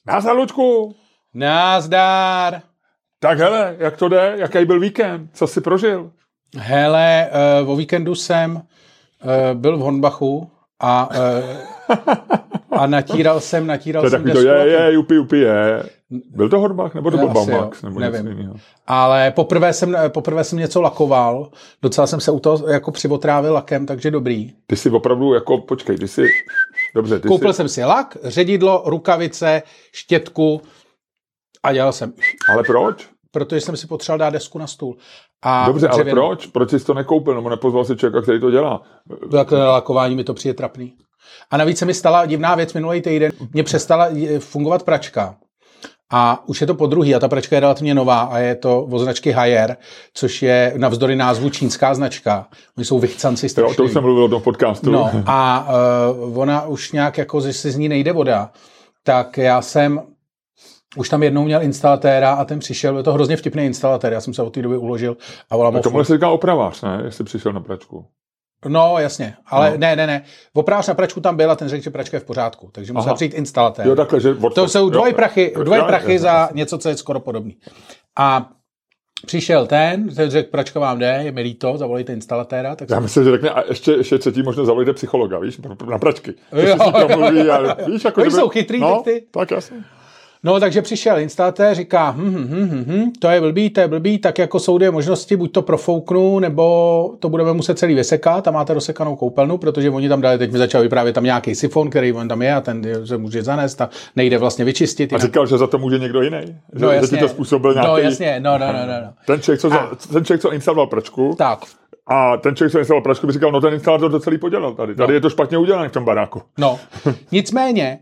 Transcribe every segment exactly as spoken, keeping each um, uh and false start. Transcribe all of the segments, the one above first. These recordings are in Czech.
Nazdar, Luďku. Nazdar. Tak hele, jak to jde? Jaký byl víkend? Co jsi prožil? Hele, uh, o víkendu jsem uh, byl v Hornbachu a, uh, a natíral jsem, natíral to je jsem desku. To je, je, jupi, jupi, je. Byl to Hornbach, nebo to byl Baumax? Nebo nevím. Ale poprvé jsem, poprvé jsem něco lakoval, docela jsem se u toho jako přivotrávil lakem, takže dobrý. Ty jsi opravdu jako, počkej, ty jsi... Dobře, ty Koupil jsi... jsem si lak, ředidlo, rukavice, štětku a dělal jsem... Ale proč? Protože jsem si potřeboval dát desku na stůl. A dobře, ale dřevěnou. proč? Proč jsi to nekoupil, nebo nepozval si člověka, který to dělá? Takhle lakování mi to přijde trapný. A navíc se mi stala divná věc minulý týden. Mně přestala fungovat pračka. A už je to po druhý a ta pračka je relativně nová a je to od značky Haier, což je navzdory názvu čínská značka. Oni jsou vychcanci strašliví. Jo, to už jsem mluvil o tom podcastu. No a uh, ona už nějak jako, že si z ní nejde voda, tak já jsem už tam jednou měl instalatéra a ten přišel, byl to hrozně vtipný instalatér, já jsem se od té doby uložil a volám. A tomu se říká opravář, ne? Jestli přišel na pračku. No, jasně, ale no. ne, ne, ne. Opravář na pračku tam byl a ten řekl, že pračka je v pořádku, takže musel přijít instalatér. Jo, takhle, že od... To jsou dvoje prachy, dvoje jo, prachy jo, za jo. něco, co je skoro podobný. A přišel ten, ten řekl, pračka vám jde, je mi líto, zavolejte instalatéra. Tak já jsem... myslím, že řekne, a ještě, ještě třetí možná zavolejte psychologa, víš, na pračky. Jo, jo, mluví, a, víš, jako, Oni by... jsou chytrý, no, tak ty. Tak jasně. No, takže přišel instalatér, říká, hm, hm, hm, hm, to je blbý, to je blbý, tak jako jsou dvě možnosti, buď to profouknu, nebo to budeme muset celý vysekat a máte rozsekanou koupelnu, protože oni tam dali, teď mi začal vyprávět tam nějaký sifon, který on tam je a ten se může zanést a nejde vlastně vyčistit. A říkal, že za to může někdo jiný? Že, no, jasně, že ti to způsobil nějaký... No jasně, no, no, no, no. Ten člověk, co, a... ten člověk, co instaloval pračku, tak. a ten člověk, co instaloval pračku, by říkal, no ten instalátor to celý podělal tady. Tady no. je to špatně udělané v tom baráku. No, nicméně,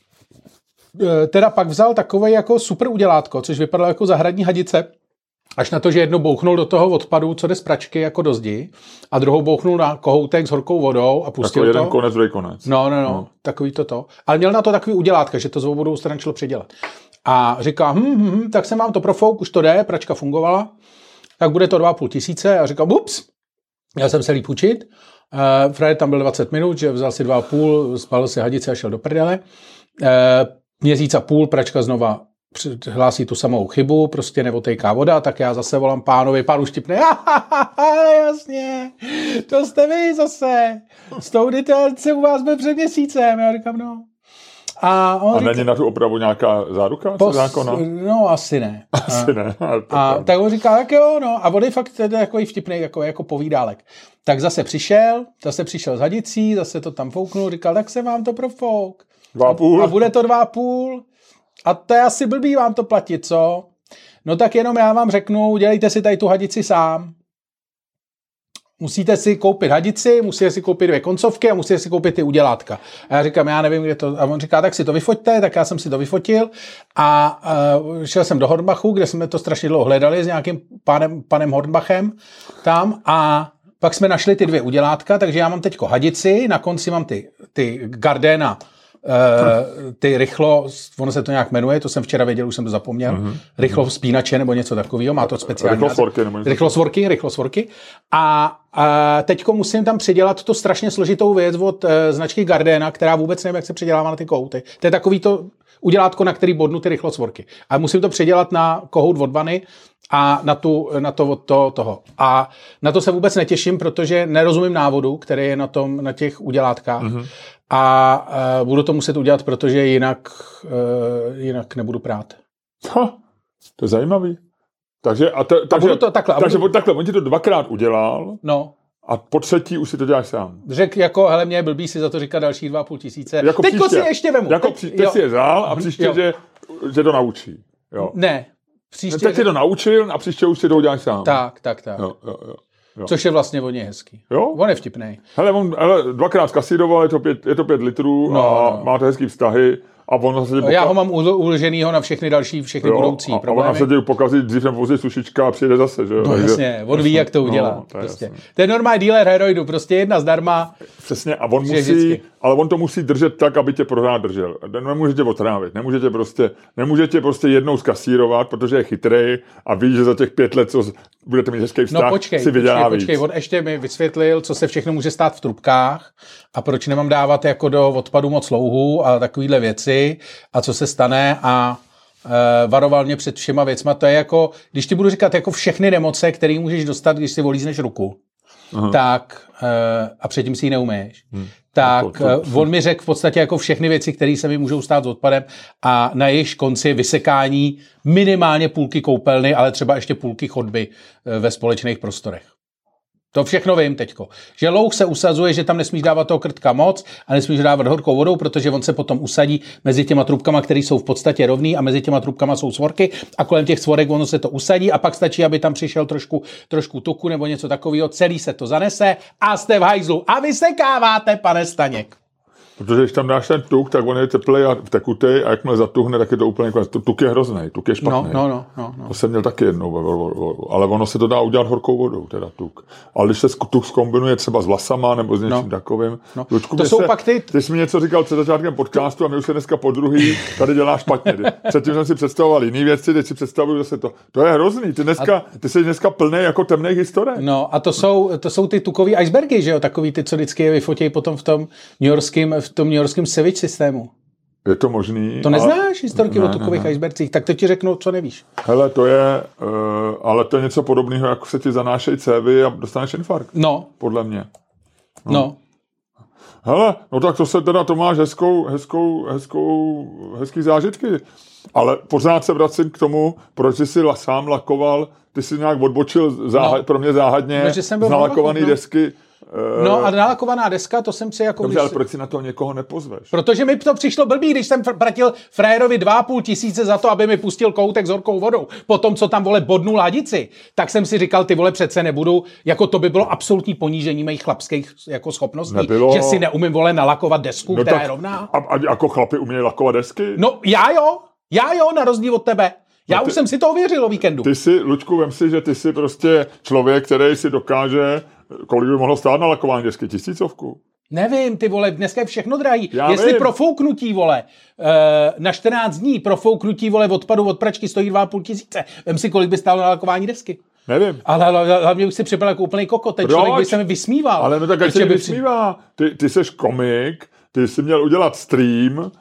teda pak vzal takovej jako super udělátko, což vypadalo jako zahradní hadice, až na to, že jedno bouchnul do toho odpadu, co jde z pračky jako do zdi, a druhou bouchnul na kohoutek s horkou vodou a pustil jako to. jeden konec, druhý konec. No, no, no, no, takový to to. Ale měl na to takový udělátka, že to z obou stran šlo předělat. A říká, hm, hm, hm, tak jsem vám to profouk, už to jde, pračka fungovala, tak bude to dva a půl tisíce. A říkám, ups, já jsem se líp učit. Uh, Fred tam byl dvacet minut, že vzal si dva a půl, spalil si hadice a šel do prdele. Uh, Měsíc a půl, pračka znova hlásí tu samou chybu, prostě neotejká voda, tak já zase volám pánovi, pán už tipne, jasně, to jste vy zase, s tou detailce u vás byl před měsícem, já říkám, no. A, on a říká, není na tu opravu nějaká záruka? Pos, zákona? no, asi ne. Asi ne. A, a tak on říká, tak jo, no, a on je fakt takový vtipnej, jako, jako povídálek. Tak zase přišel, zase přišel s hadicí, zase to tam fouknul, říkal, tak se vám to profouk. Dva a půl. A bude to dva a půl. A to je asi blbý vám to platit, co? No tak jenom já vám řeknu, dělejte si tady tu hadici sám. Musíte si koupit hadici, musíte si koupit dvě koncovky a musíte si koupit ty udělátka. A já říkám, já nevím, kde to... A on říká, tak si to vyfoťte, tak já jsem si to vyfotil a uh, šel jsem do Hornbachu, kde jsme to strašně dlouho hledali s nějakým panem, panem Hornbachem tam a pak jsme našli ty dvě udělátka, takže já mám teďko hadici, na konci mám ty, ty Gardena, Uh, ty rychlo, ono se to nějak jmenuje, to jsem včera věděl, už jsem to zapomněl, mm-hmm. rychlo vzpínače nebo něco takového, má to speciální rychlosvorky, rychlosvorky, rychlosvorky a uh, teďko musím tam předělat to strašně složitou věc od uh, značky Gardena, která vůbec nevím, jak se předělává na ty kohouty. To je takový to udělátko, na který bodnu ty rychlosvorky. A musím to předělat na kohout od vany a na, tu, na to od to, toho. A na to se vůbec netěším, protože nerozumím návodu, který je na tom, na těch udělátkách. Mm-hmm. A uh, budu to muset udělat, protože jinak, uh, jinak nebudu prát. Ha, to je zajímavý. Takže, a te, a takže, budu to takhle. takže budu... takhle, on ti to dvakrát udělal no. a po třetí už si to děláš sám. Řek jako, hele, mě je blbý si za to říkat další dva a půl tisíce. Jako Teďko příště, si ještě vemu. Jako Teď, při, ty si je vzal a příště, že, že to naučí. Jo. Ne. Příště, no, teď si to naučil a příště už si to uděláš sám. Tak, tak, tak. Jo, jo, jo. Jo. Což je vlastně hodně hezký. Jo? On je vtipnej. Hele, on hele, dvakrát zkasíroval, je to pět, je to pět litrů no, a no. máte hezký vztahy. A on se no, já ho mám uloženýho na všechny další, všechny jo, budoucí a, problémy. A on se tě pokazí dřív nebo později sušička a přijde zase, že jo? No jasně, on ví, jak to udělá. No, to je prostě. jasný. To je normální dealer heroidu, prostě jedna zdarma. Přesně, a on musí, vždycky. ale on to musí držet tak, aby tě pořád držel. Nemůže tě otrávit, nemůže tě prostě, nemůže tě prostě jednou zkasírovat, protože je chytrej a ví, že za těch pět let, co budete mít hezký vztah, no, počkej, si vydělá počkej, víc. počkej, on ještě mi vysvětlil, co se všechno může stát v trubkách a proč nemám dávat jako do odpadu moc louhu a takovýhle věci nemoci a co se stane a e, varoval mě před všema věcma. To je jako, když ti budu říkat jako všechny nemoce, které můžeš dostat, když si volízneš ruku, aha, tak e, a předtím si ji neumíš, hmm. tak to, to, to. on mi řekl v podstatě jako všechny věci, které se mi můžou stát s odpadem a na jejich konci vysekání minimálně půlky koupelny, ale třeba ještě půlky chodby ve společných prostorech. To všechno vím teďko. Že louh se usazuje, že tam nesmíš dávat toho krtka moc a nesmíš dávat horkou vodou, protože on se potom usadí mezi těma trubkama, které jsou v podstatě rovný a mezi těma trubkama jsou svorky a kolem těch svorek ono se to usadí a pak stačí, aby tam přišel trošku, trošku tuku nebo něco takového, celý se to zanese a jste v hajzlu a vysekáváte, pane Staněk. Protože když tam dáš ten tuk, tak on je teplej a tekutej a jakmile zatuhne, tak je to úplně konec. Tuk je hrozný, tuk je špatný. No, no, no, no. To jsem měl taky jednou, ale ono se to dá udělat horkou vodou, teda tuk. Ale když se tuk zkombinuje třeba s vlasama nebo s něčím no. takovým. No. Lučku, to jsou se, pak ty... Ty jsi mi něco říkal před začátkem podcastu a my už se dneska po druhý tady dělá špatně. Předtím jsem si představoval jiný věci, teď si představuju zase to. To je hrozný, ty, dneska, a... ty jsi dneska plnej jako temných historiek. No a to jsou, to jsou ty tukový icebergy, že jo, takový ty, co vždycky je vyfotějí potom v tom newyorském v tom newyorském Savage systému. Je to možný. To neznáš, ale... historky ne, o tukových ne, ne. icebercích, tak to ti řeknu, co nevíš. Hele, to je, uh, ale to je něco podobného, jako se ti zanášejí cévy a dostaneš infarkt. No. Podle mě. No. no. Hele, no tak to se teda, to máš hezkou, hezkou, hezkou, hezký zážitky. Ale pořád se vracím k tomu, proč jsi si sám lakoval, ty jsi nějak odbočil záha- no. pro mě záhadně z nalakované no. desky. No a nalakovaná deska, to jsem si jako... Dobře, ale proč si na to někoho nepozveš? Protože mi to přišlo blbý, když jsem pratil frajerovi dva a půl tisíce za to, aby mi pustil koutek s horkou vodou. Po tom, co tam, vole, bodnu ladici, tak jsem si říkal, ty vole, přece nebudu, jako to by bylo absolutní ponížení mých chlapských jako schopností, nebylo... že si neumím, vole, nalakovat desku, no která tak, je rovná. A, a jako chlapi umějí lakovat desky? No já jo, já jo, na rozdíl od tebe. Já no ty, už jsem si to ověřil o víkendu. Ty si, Luďku, vem si, že ty jsi prostě člověk, který si dokáže, kolik by mohlo stát na lakování desky, tisícovku? Nevím, ty vole, dneska je všechno drahý. Já Jestli vím. profouknutí, vole, na čtrnáct dní profouknutí, vole, odpadu od pračky stojí dva a půl tisíce. Vem si, kolik by stálo na lakování desky. Nevím. Ale hlavně už si připadal jako úplný kokot. Ten Proč? člověk by se mi vysmíval. Ale no tak ať se mi vysmívá. Ty, ty seš komik, ty jsi měl udělat stream,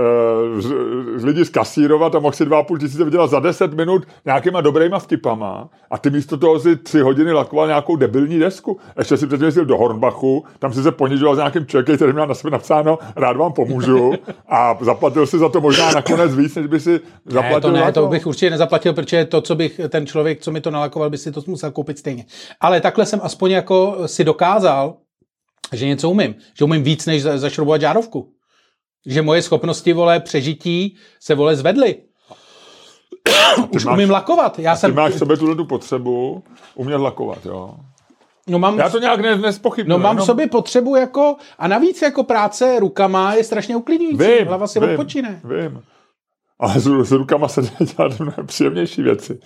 Uh, lidi zkasírovat a mohl si dva a půl tisíce vydělat za deset minut nějakýma dobrýma vtipama a ty místo toho si tři hodiny lakoval nějakou debilní desku. Ještě si předtím jezdil do Hornbachu, tam si se ponižoval s nějakým člověkem, který měl na sebe napsáno rád vám pomůžu a zaplatil si za to možná nakonec víc, než by si zaplatil. Ne, to ne, to bych určitě nezaplatil, protože to, co bych ten člověk, co mi to nalakoval, by si to musel koupit stejně. Ale takhle jsem aspoň jako si dokázal, že něco umím. Že umím víc, než zašroubovat žárovku. Že moje schopnosti, vole, přežití se, vole, zvedly. Už máš, umím lakovat. Já ty jsem... máš v sobě tuhle tu potřebu umět lakovat, jo? No mám, Já to nějak ne, nespochybnuju. No mám jenom... v sobě potřebu jako... A navíc jako práce rukama je strašně uklidňující. Vím, Hlava si vím, odpočine. Vím. Ale s, s rukama se dělat mnohem příjemnější věci.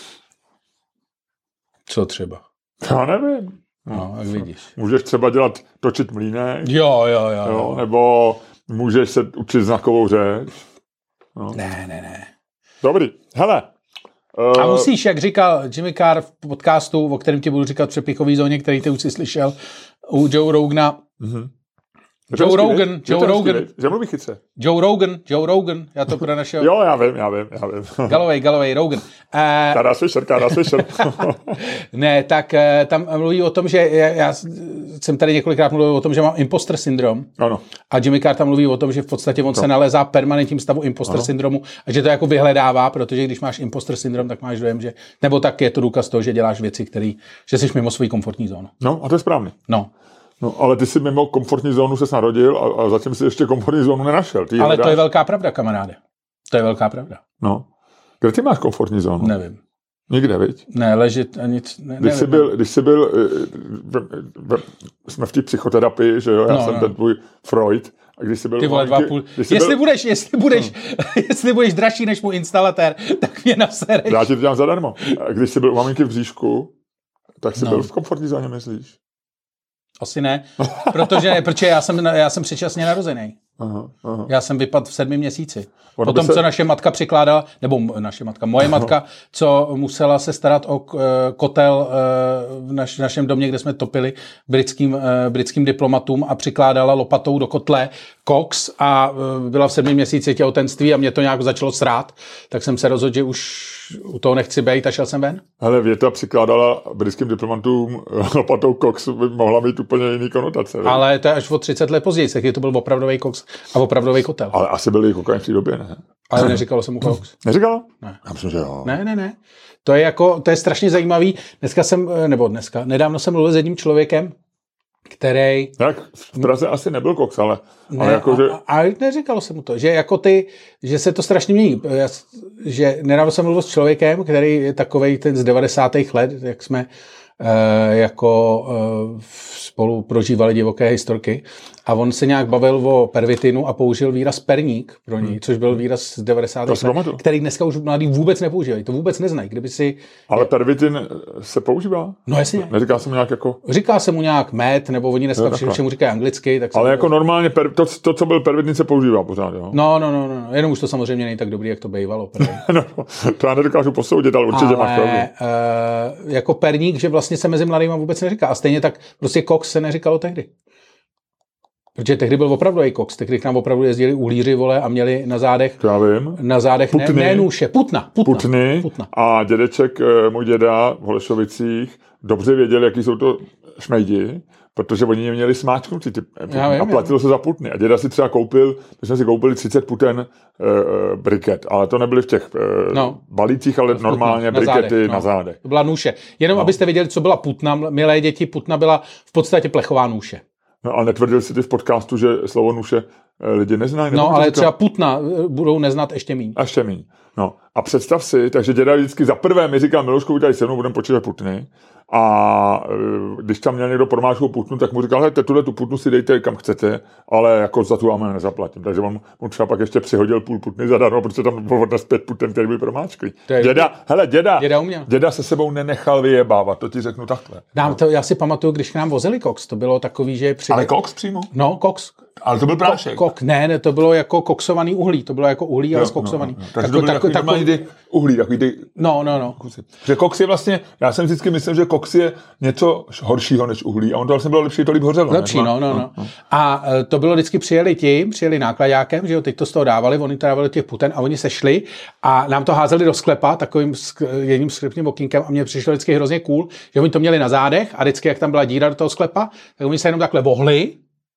Co třeba? Já nevím. No, jak vidíš. Můžeš třeba dělat, točit mlýnek. Jo, jo, jo. jo nebo... Můžeš se učit znakovou řeč. No. Ne, ne, ne. Dobrý. Hele. Uh... A musíš, jak říkal Jimmy Carr v podcastu, o kterém ti budu říkat v přepichový zóně, který ty už jsi slyšel, u Joe Rogana. Mm-hmm. Joe Rogan, je Joe Rogan. Že mluví chytře. Joe Rogan, Joe Rogan, já to pro našeho... Jo, já vím, já vím, já vím. Galloway, Galloway, Rogan. Uh, Káda Swisher, Káda Swisher. Ne, tak uh, tam mluví o tom, že já, já jsem tady několikrát mluvil o tom, že mám imposter syndrom. Ano. A Jimmy Carr tam mluví o tom, že v podstatě on to. se nalezá permanentním stavu imposter ano. syndromu a že to jako vyhledává, protože když máš imposter syndrom, tak máš dojem, že... Nebo tak je to důkaz toho, že děláš věci, které... že jsi mimo svou komfortní zónu. No, a to je správně. No. No, ale ty jsi mimo komfortní zónu ses narodil a, a zatím si ještě komfortní zónu nenašel. Ty ale to je velká pravda, kamaráde. To je velká pravda. No. Kde ty máš komfortní zónu? Nevím. Nikde, viď? Ne, ležit a nic. Ne, když, jsi byl, když jsi byl, v, v, jsme v té psychoterapii, že jo, já no, jsem no. ten tvůj Freud. A když jsi byl ty vole, dva půl. Jestli byl... budeš, jestli budeš, no. jestli budeš dražší než můj instalatér, tak mě nasereš. Já ti to dělám zadarmo. A když jsi byl u maminky v bříšku, tak jsi no. byl v komfortní zóně, myslíš? Asi ne, protože, protože já jsem, já jsem předčasně narozený. Aha, aha. Já jsem vypadl v sedmi měsíci. Ono Potom, se... co naše matka přikládala, nebo naše matka, moje matka, co musela se starat o kotel v naš, našem domě, kde jsme topili britským, britským diplomatům a přikládala lopatou do kotle koks a byla v sedmi měsíci těhotenství a mě to nějak začalo srát, tak jsem se rozhodl, že už u toho nechci být a šel jsem ven. Hele, věta přikládala britským diplomatům lopatou koks, by mohla mít úplně jiný konotace. Ne? Ale to je až o třicet let později, taky to byl opravdový koks a opravdový kotel. Ale asi byli kokain v té době, ne? Ale neříkalo se mu koks. Neříkalo? Ne. Já myslím, že jo. Ne, ne, ne. To je jako, to je strašně zajímavý. Dneska jsem, nebo dneska, nedávno jsem mluvil s jedním člověkem, který... Jak v Praze asi nebyl koks, ale, ne, ale jako, a, že... a, a neříkalo se mu to, že jako ty, že se to strašně mění. Že nedávno jsem mluvil s člověkem, který je takovej ten z devadesátých let, jak jsme e, jako e, spolu prožívali divoké historky. A on se nějak bavil o pervitinu a použil výraz perník pro něj, hmm. což byl výraz z devadesátých let, který dneska už mladí vůbec nepoužívají. To vůbec neznají. Kdyby si... Ale pervitin se používá? No jasně. Neříká se mu nějak jako... Říká se mu nějak med, nebo oni dneska všemu říkají anglicky. Tak ale jako normálně per, to, to, co byl pervitin, se používá pořád, jo? No, no, no, no. Jenom už to samozřejmě není tak dobrý, jak to bývalo. No, to já nedokážu posoudit, ale určitě ale, máš pravdu. Uh, jako perník, že vlastně se mezi mladýma vůbec neříká. A stejně tak prostě koks se neříkalo tehdy. Protože tehdy byl opravdu koks, tehdy k nám opravdu jezdili uhlíři, vole, a měli na zádech, to já vím. Na zádech Putny, ne, ne nůše, putna, putna, putny, putna. A dědeček, můj děda v Holešovicích, dobře věděl, jaký jsou to šmejdi, protože oni je měli smáčknutý ty putny, a platilo se za putny. A děda si třeba koupil, my jsme si koupili třicet puten uh, briket, ale to nebyly v těch uh, no. balících, ale normálně na brikety zádech, no. na zádech. To byla nůše. Jenom no. abyste věděli, co byla putna, milé děti, putna byla v podstatě plechová nůše. No, ale netvrdil si ty v podcastu, že slovo nůše lidi neznají? No, ale třeba putna budou neznat ještě míň. A ještě míň. No. A představ si, takže děda vždycky za prvé mi říkal, Milošku, tady se mnou budeme počítat putny. A když tam měl někdo promáčkou putnu, tak mu říkal, hejte, tuhle tu putnu si dejte kam chcete, ale jako za tu vám nezaplatím. Takže on mu třeba pak ještě přihodil půl putny zadarmo, protože tam bylo odnes pět puten, který byl promáčklý. Děda, hele, děda, děda, děda se sebou nenechal vyjebávat, to ti řeknu takhle. Nám to, já si pamatuju, když k nám vozili koks, to bylo takový, že... Při... Ale koks přímo? No, koks. Ale to byl prášek. Ko, kok, ne, ne, to bylo jako koksovaný uhlí, to bylo jako uhlí, ale skoksovaný. No, no, no. Takže to byly takový, takový, takový uhlí, takový ty... No, no, no. Že koks je vlastně, já jsem vždycky myslel, že koks je něco horšího než uhlí a on to vlastně bylo lepší, to líp hořelo. Lepší, no, no, no, no. A to bylo vždycky přijeli ti, přijeli nákladákem, že jo, teď to z toho dávali, oni to dávali těch puten a oni se šli a nám to házeli do sklepa takovým jedním sklepním okýnkem a mně přišlo vždycky hrozně cool, že oni to měli na zádech a vždycky, jak tam byla díra do toho sklepa, tak oni se jenom takhle vohli.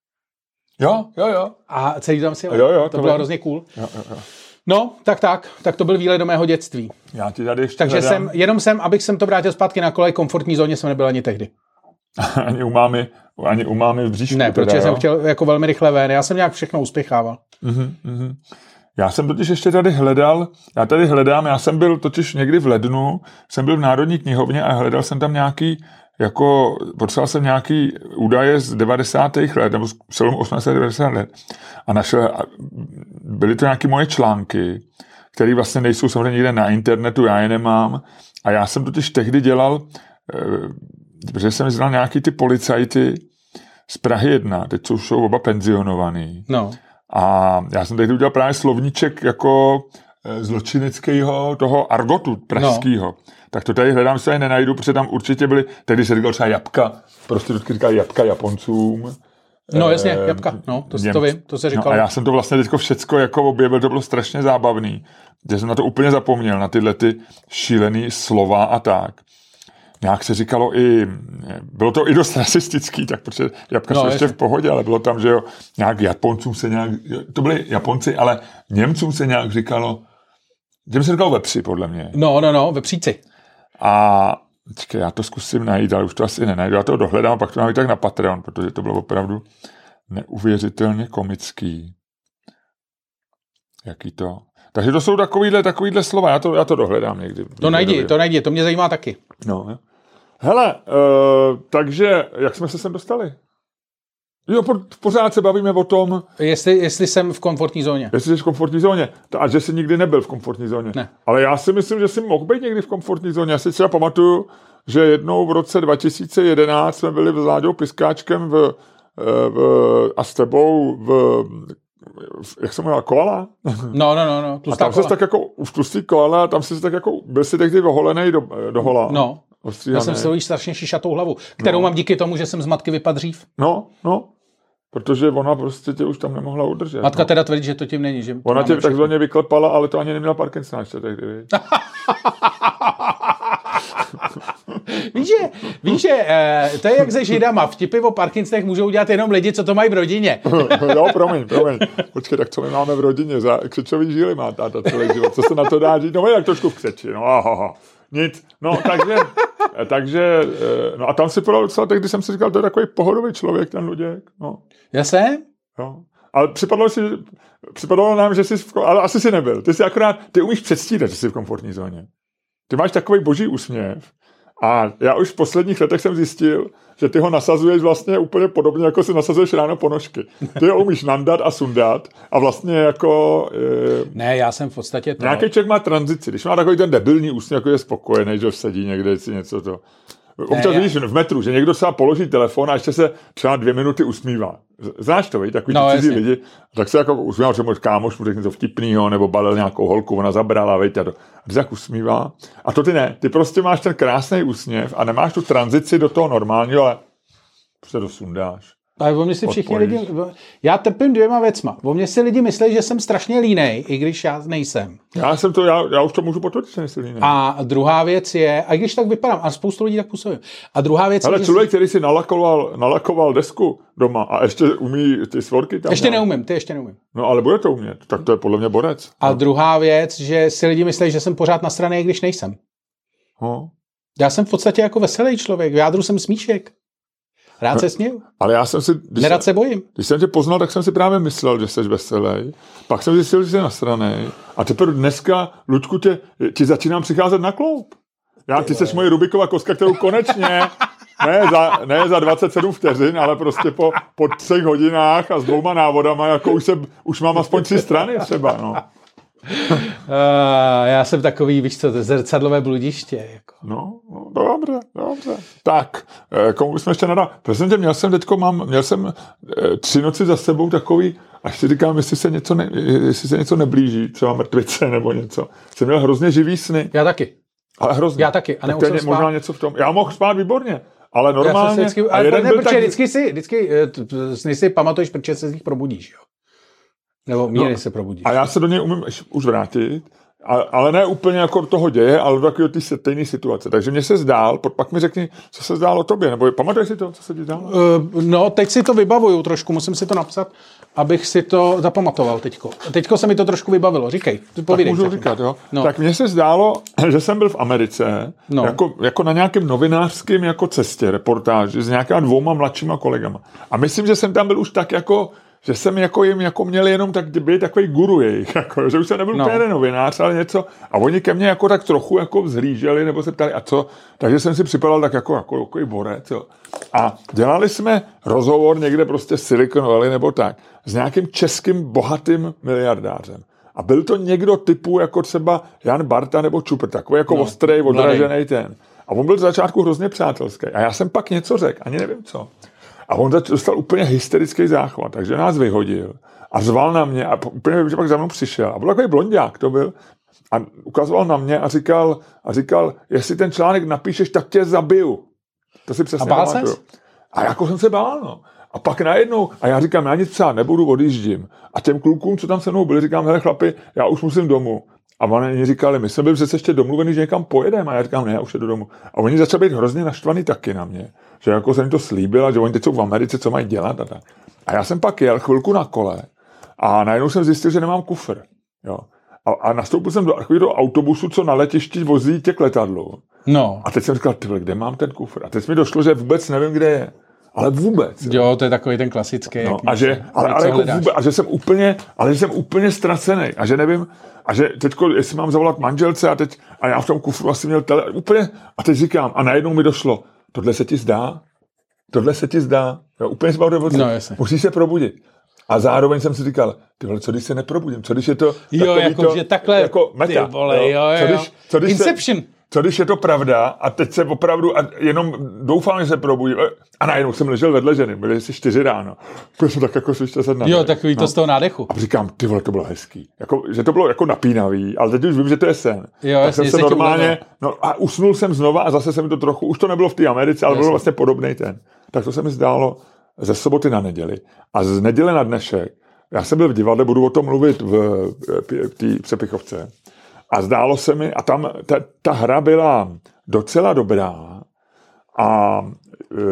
Jo, jo, jo. A celý tam si jo, jo, to, to bylo hrozně cool. Jo, jo, jo. No, tak tak, tak to byl výlet do mého dětství. Já ti tady ještě Takže hledám. jsem, jenom jsem, abych jsem to vrátil zpátky na kolej, komfortní zóně jsem nebyl ani tehdy. ani u mámy, ani u mámy v bříšku. Ne, teda, protože jo? jsem chtěl jako velmi rychle ven, já jsem nějak všechno uspěchával. Mm-hmm, mm-hmm. Já jsem totiž ještě tady hledal, já tady hledám, já jsem byl totiž někdy v lednu, jsem byl v Národní knihovně a hledal jsem tam nějaký jako, potřeboval jsem nějaký údaje z devadesátých let, nebo z celou osmdesátých devadesátých let a našel, byly to nějaké moje články, které vlastně nejsou samozřejmě někde na internetu, já je nemám a já jsem totiž tehdy dělal, protože jsem znal nějaký ty policajty z Prahy jedna, teď jsou, jsou oba penzionovaný. No. A já jsem tehdy udělal právě slovníček jako zločineckého toho argotu pražského. No. Tak to tady hledám, se tady nenajdu, protože tam určitě byly, tehdy se říkal třeba jabka, prostě vždycky říkali jabka Japoncům. No jasně, jabka, no, to, to vím, to se říkalo. No, a já jsem to vlastně teďko všecko jako objevil, to bylo strašně zábavný, že jsem na to úplně zapomněl, na tyhle ty šílený slova a tak. Nějak se říkalo i, bylo to i dost rasistický, tak protože jabka no, jsou ještě v pohodě, ale bylo tam, že jo, nějak Japoncům se nějak, to byli Japonci, ale Němcům se nějak říkalo, těm se říkalo vepři, podle mě. No, no, no, vepříci. A čekaj, já to zkusím najít, ale už to asi nenajdu, já to dohledám, pak to mám i tak na Patreon, protože to bylo opravdu neuvěřitelně komický. Jaký to... Takže to jsou takovýhle, takovýhle slova, já to, já to dohledám někdy. To najdi, to najdi, to mě zajímá taky. No, jo. Hele, uh, takže jak jsme se sem dostali? Jo, pořád se bavíme o tom... Jestli, jestli jsem v komfortní zóně. Jestli jsi v komfortní zóně. A že jsi nikdy nebyl v komfortní zóně. Ne. Ale já si myslím, že jsi mohl být někdy v komfortní zóně. Já si třeba pamatuju, že jednou v roce dva tisíce jedenáct jsme byli s Láďou Piskáčkem v, v, a s tebou v jak se jmenovala, koala? No, no, no, no, tlustá koala. A tam se tak jako, už tlustý koala, tam se tak jako, byl si tehdy oholenej do, do hola. No, ostříhanej. Já jsem svojí strašně šišatou hlavu, kterou no. mám díky tomu, že jsem z matky vypadl dřív. No, no. Protože ona prostě tě už tam nemohla udržet. Matka no. teda tvrdí, že to tím není. Že ona tě takzvaně vyklepala, ale to ani neměla Parkinsona ještě tehdy. víš, že, víš, že eh, to je jak se židama. Vtipy o Parkinsonech můžou dělat jenom lidi, co to mají v rodině. Jo, promiň, promiň. Počkej, tak co my máme v rodině? Za křečový žíly má táta celý život. Co se na to dá říct? No, tak trošku v křeči. No, aha. Nic. No, takže, takže, no a tam si podal docela, tak když jsem si říkal, to je takový pohodový člověk, ten Luděk. No. Já jsem? Jo. Ale připadalo si, připadalo nám, že jsi, v, ale asi si nebyl. Ty si akorát, ty umíš předstírat, že jsi v komfortní zóně. Ty máš takový boží úsměv a já už v posledních letech jsem zjistil, že ty ho nasazuješ vlastně úplně podobně, jako si nasazuješ ráno ponožky. Ty ho umíš nandat a sundat a vlastně jako... E, ne, já jsem v podstatě to... Nějaký člověk má tranzici. Když má takový ten debilní úsměv, jako je spokojený, že sedí někde si něco to... Občas vidíš v metru, že někdo třeba položí telefon a ještě se třeba dvě minuty usmívá. Znáš to, víš? Takový no, cizí lidi. Tak se jako usmívá, že můj kámoš mu řekne něco vtipnýho, nebo balil nějakou holku, ona zabrala, víš, a to. A ty se tak usmívá. A to ty ne. Ty prostě máš ten krásný úsměv a nemáš tu tranzici do toho normálního, ale se dosundáš. Ale o mě si všichni lidi... Já trpím dvěma věcma. O mě si lidi myslí, že jsem strašně línej, i když já nejsem. Já jsem to, já, já už to můžu potvrdit, že nejsi línej. A druhá věc je, a když tak vypadám, a spoustu lidí tak působí. A druhá věc ale je... Ale člověk, který si nalakoval, nalakoval desku doma a ještě umí ty svorky tam... Ještě nějak. neumím, ty ještě neumím. No ale bude to umět, tak to je podle mě borec. A no. druhá věc, že si lidi myslí, že jsem pořád na straně, i když nejsem. No. Já jsem v podstatě jako veselý člověk, v jádru jsem smíšek. Rád se směju. Ale já jsem si... Nerad se bojím. Když jsem tě poznal, tak jsem si právě myslel, že jsi veselý. Pak jsem zjistil, že jsi nasranej. A teprve dneska, Luďku, tě, ti začínám přicházet na kloup. Já, ty jsi moje Rubikova kostka, kterou konečně, ne za, ne za dvacet sedm vteřin, ale prostě po, po třech hodinách a s dvouma návodama, jako už, se, už mám aspoň tři strany třeba, no. Uh, já jsem takový, víš co, zrcadlové bludiště. Jako. No, no, dobře, dobře. Tak, komu bychom ještě nadali? Protože měl jsem teďko, mám, měl jsem tři noci za sebou takový, až si říkám, jestli se něco, ne, jestli se něco neblíží, třeba mrtvice nebo něco. Jsem měl hrozně živý sny. Já taky. Ale hrozně. Já taky. A tak to je možná něco v tom. Já mohl spát výborně, ale normálně. Vždycky, a jeden ne, byl tak... vždycky si, vždycky sny si pamatuješ, protože se z nich probudíš, jo. Nebo míry no, se probudíš. A já se do něj umím už vrátit, ale ne úplně jako toho děje, ale do takové té stejné situace. Takže mě se zdál, pak mi řekni, co se zdálo tobě, nebo pamatuješ si to, co se ti zdálo? Uh, no, teď si to vybavuju trošku, musím si to napsat, abych si to zapamatoval teďko. Teďko se mi to trošku vybavilo, říkej, povídej. Tak můžu říkat, jo. No. Tak mně se zdálo, že jsem byl v Americe, no. jako, jako na nějakém novinářském jako cestě, reportáži s nějakýma dvouma mladšíma kolegama. A myslím, že jsem tam byl už tak jako že jsem jako jim jako měl jenom tak být takový guru jejich, jako, že už jsem nebyl no. úplně novinář, ale něco. A oni ke mně jako tak trochu jako vzhlíželi, nebo se ptali, a co? Takže jsem si připadal tak jako, jako, jako borec, jo. A dělali jsme rozhovor někde prostě v Silicon Valley nebo tak, s nějakým českým bohatým miliardářem. A byl to někdo typu jako třeba Jan Barta nebo Čupr, takový jako no, ostrej, odražený ten. A on byl z začátku hrozně přátelský. A já jsem pak něco řekl, ani nevím co. A on dostal úplně hysterický záchvat, takže nás vyhodil a zval na mě a úplně, že pak za mnou přišel. A byl takový blonďák, to byl. A ukazoval na mě a říkal, a říkal, jestli ten článek napíšeš, tak tě zabiju. To si přesně pamatuju. A jako jsem se bál, no. A pak najednou, a já říkám, já nic psát nebudu, odjíždím. A těm klukům, co tam se mnou byli, říkám, hele chlapi, já už musím domů. A oni říkali, my jsme byli přece ještě domluvený, že někam pojedeme. A já říkám, ne, já už jedu domů. A oni začali být hrozně naštvaný taky na mě. Že jako jsem jim to slíbil a že oni teď jsou v Americe, co mají dělat a tak. A já jsem pak jel chvilku na kole a najednou jsem zjistil, že nemám kufr. Jo. A, a nastoupil jsem do, do autobusu, co na letišti vozí těch letadlů. No. A teď jsem říkal, tyhle, kde mám ten kufr? A teď mi došlo, že vůbec nevím, kde je. Ale vůbec. Jo, jo to je takový ten klasický. No, a, že, ale, ale jako vůbec, a že jsem úplně, ale že jsem úplně ztracený. A že nevím, a že teďko, jestli mám zavolat manželce a teď, a já v tom kufru asi měl tele, úplně, a teď říkám, a najednou mi došlo, tohle se ti zdá? Tohle se ti zdá? Jo, úplně zbavil od no, musíš se probudit. A zároveň jsem si říkal, ty vole, co když se neprobudím? Co když je to jo, jako, to, že takhle, jako meta, ty vole, jo, jo, co když, co když Inception. Se, co když je to pravda a teď se opravdu, a jenom doufám, že se probudí. A najednou jsem ležel vedle ženy, byly asi čtyři ráno. Byl jsem tak jako slyšte se na Jo, takový to no. z toho nádechu. A říkám, ty vole, to bylo hezký. Jako, že to bylo jako napínavý, ale teď už vím, že to je sen. Jo, tak jasně, jsem se normálně, no a usnul jsem znova a zase se mi to trochu, už to nebylo v té Americe, ale jasně. Bylo vlastně podobný ten. Tak to se mi zdálo ze soboty na neděli. A z neděle na dnešek, já jsem byl v divadle, budu o tom mluvit v, v té Přepichovce. A zdálo se mi, a tam ta, ta hra byla docela dobrá a e,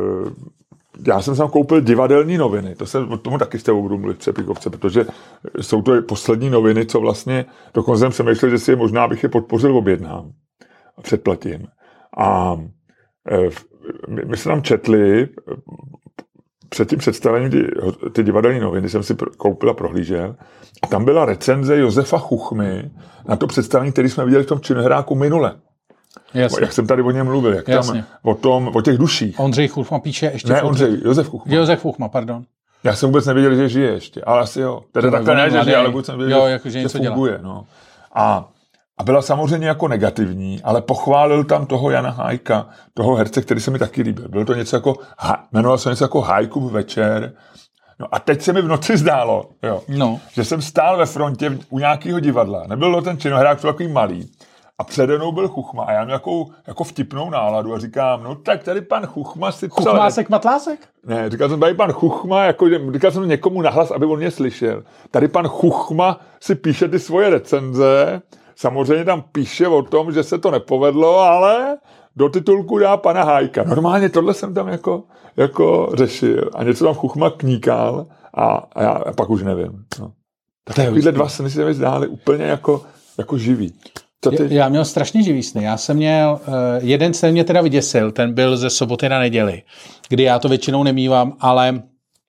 já jsem tam koupil divadelní noviny, to se o tomu taky s tebou budu mluvit v Přepichovce, protože jsou to poslední noviny, co vlastně dokonce jsem přemýšlel, že si je možná bych je podpořil objednám a předplatím. A e, my, my jsme tam četli před tím představením ty, ty divadelní noviny, jsem si koupil a prohlížel. A tam byla recenze Josefa Chuchmy na to představení, který jsme viděli v tom Činohráku minule. Jasně. Jak jsem tady o něm mluvil, jak Jasně. tam o, tom, o těch duších. Ondřej Chuchma píše ještě... Ne, Ondřej, Josef Chuchma. Josef Chuchma, pardon. Já jsem vůbec nevěděl, že žije ještě, ale asi jo. Teda takhle ne, že žije, ale vůbec jsem věděl, jo, jako, že, že funguje. No. A A byla samozřejmě jako negativní, ale pochválil tam toho Jana Hájka, toho herce, který se mi taky líbil. Bylo to něco jako, jmenoval se něco jako Hájkův večer. No a teď se mi v noci zdálo, jo, no. že jsem stál ve frontě u nějakého divadla. Nebyl to ten Činohrák, byl takový malý. A přede mnou byl Chuchma a já měl jako, jako vtipnou náladu a říkám, no tak tady pan Chuchma si psal... Chuchmásek, matlásek? Ne, říkal jsem tady pan Chuchma, jako, říkal jsem někomu nahlas, aby on mě slyšel. Tady pan Chuchma si píše ty svoje recenze. Samozřejmě tam píše o tom, že se to nepovedlo, ale do titulku dá pana Hájka. Normálně tohle jsem tam jako, jako řešil a něco tam Chuchma kníkal a, a já a pak už nevím. No. Tak takovýhle dva sny se mi zdály úplně jako, jako živý. Co ty? Já měl strašně živý sny. Já jsem měl, uh, jeden sen mě teda vyděsil, ten byl ze soboty na neděli, kdy já to většinou nemívám, ale uh,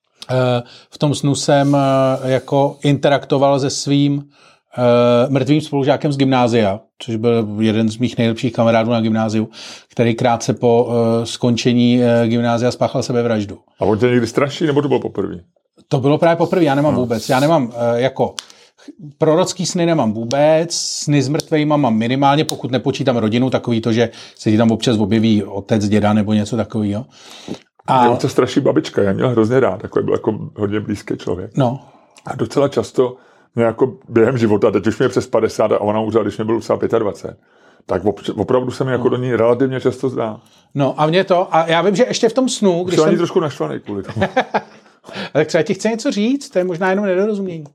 v tom snu jsem uh, jako interaktoval se svým Uh, mrtvým spolužákem z gymnázia, což byl jeden z mých nejlepších kamarádů na gymnáziu, který krátce po uh, skončení uh, gymnázia spáchal sebevraždu. A on tě někdy straší, nebo to bylo poprvé? To bylo právě poprvé, já nemám no. vůbec. Já nemám uh, jako prorocký sny nemám vůbec, sny s mrtvejma mám minimálně, pokud nepočítám rodinu, takový to, že se ti tam občas objeví otec, děda nebo něco takového. A on se straší babička, já měl hrozně rád, takový byl jako hodně blízký člověk. No. A docela často mě jako během života, teď už mě je přes padesát a ona umřela, když mě bylo třeba dvacet pět, tak opravdu se mi jako do ní relativně často zdá. No a mě to, a já vím, že ještě v tom snu... Když jsem ani trošku naštvaný kvůli tomu. Tak třeba ti chce něco říct, to je možná jenom nedorozumění.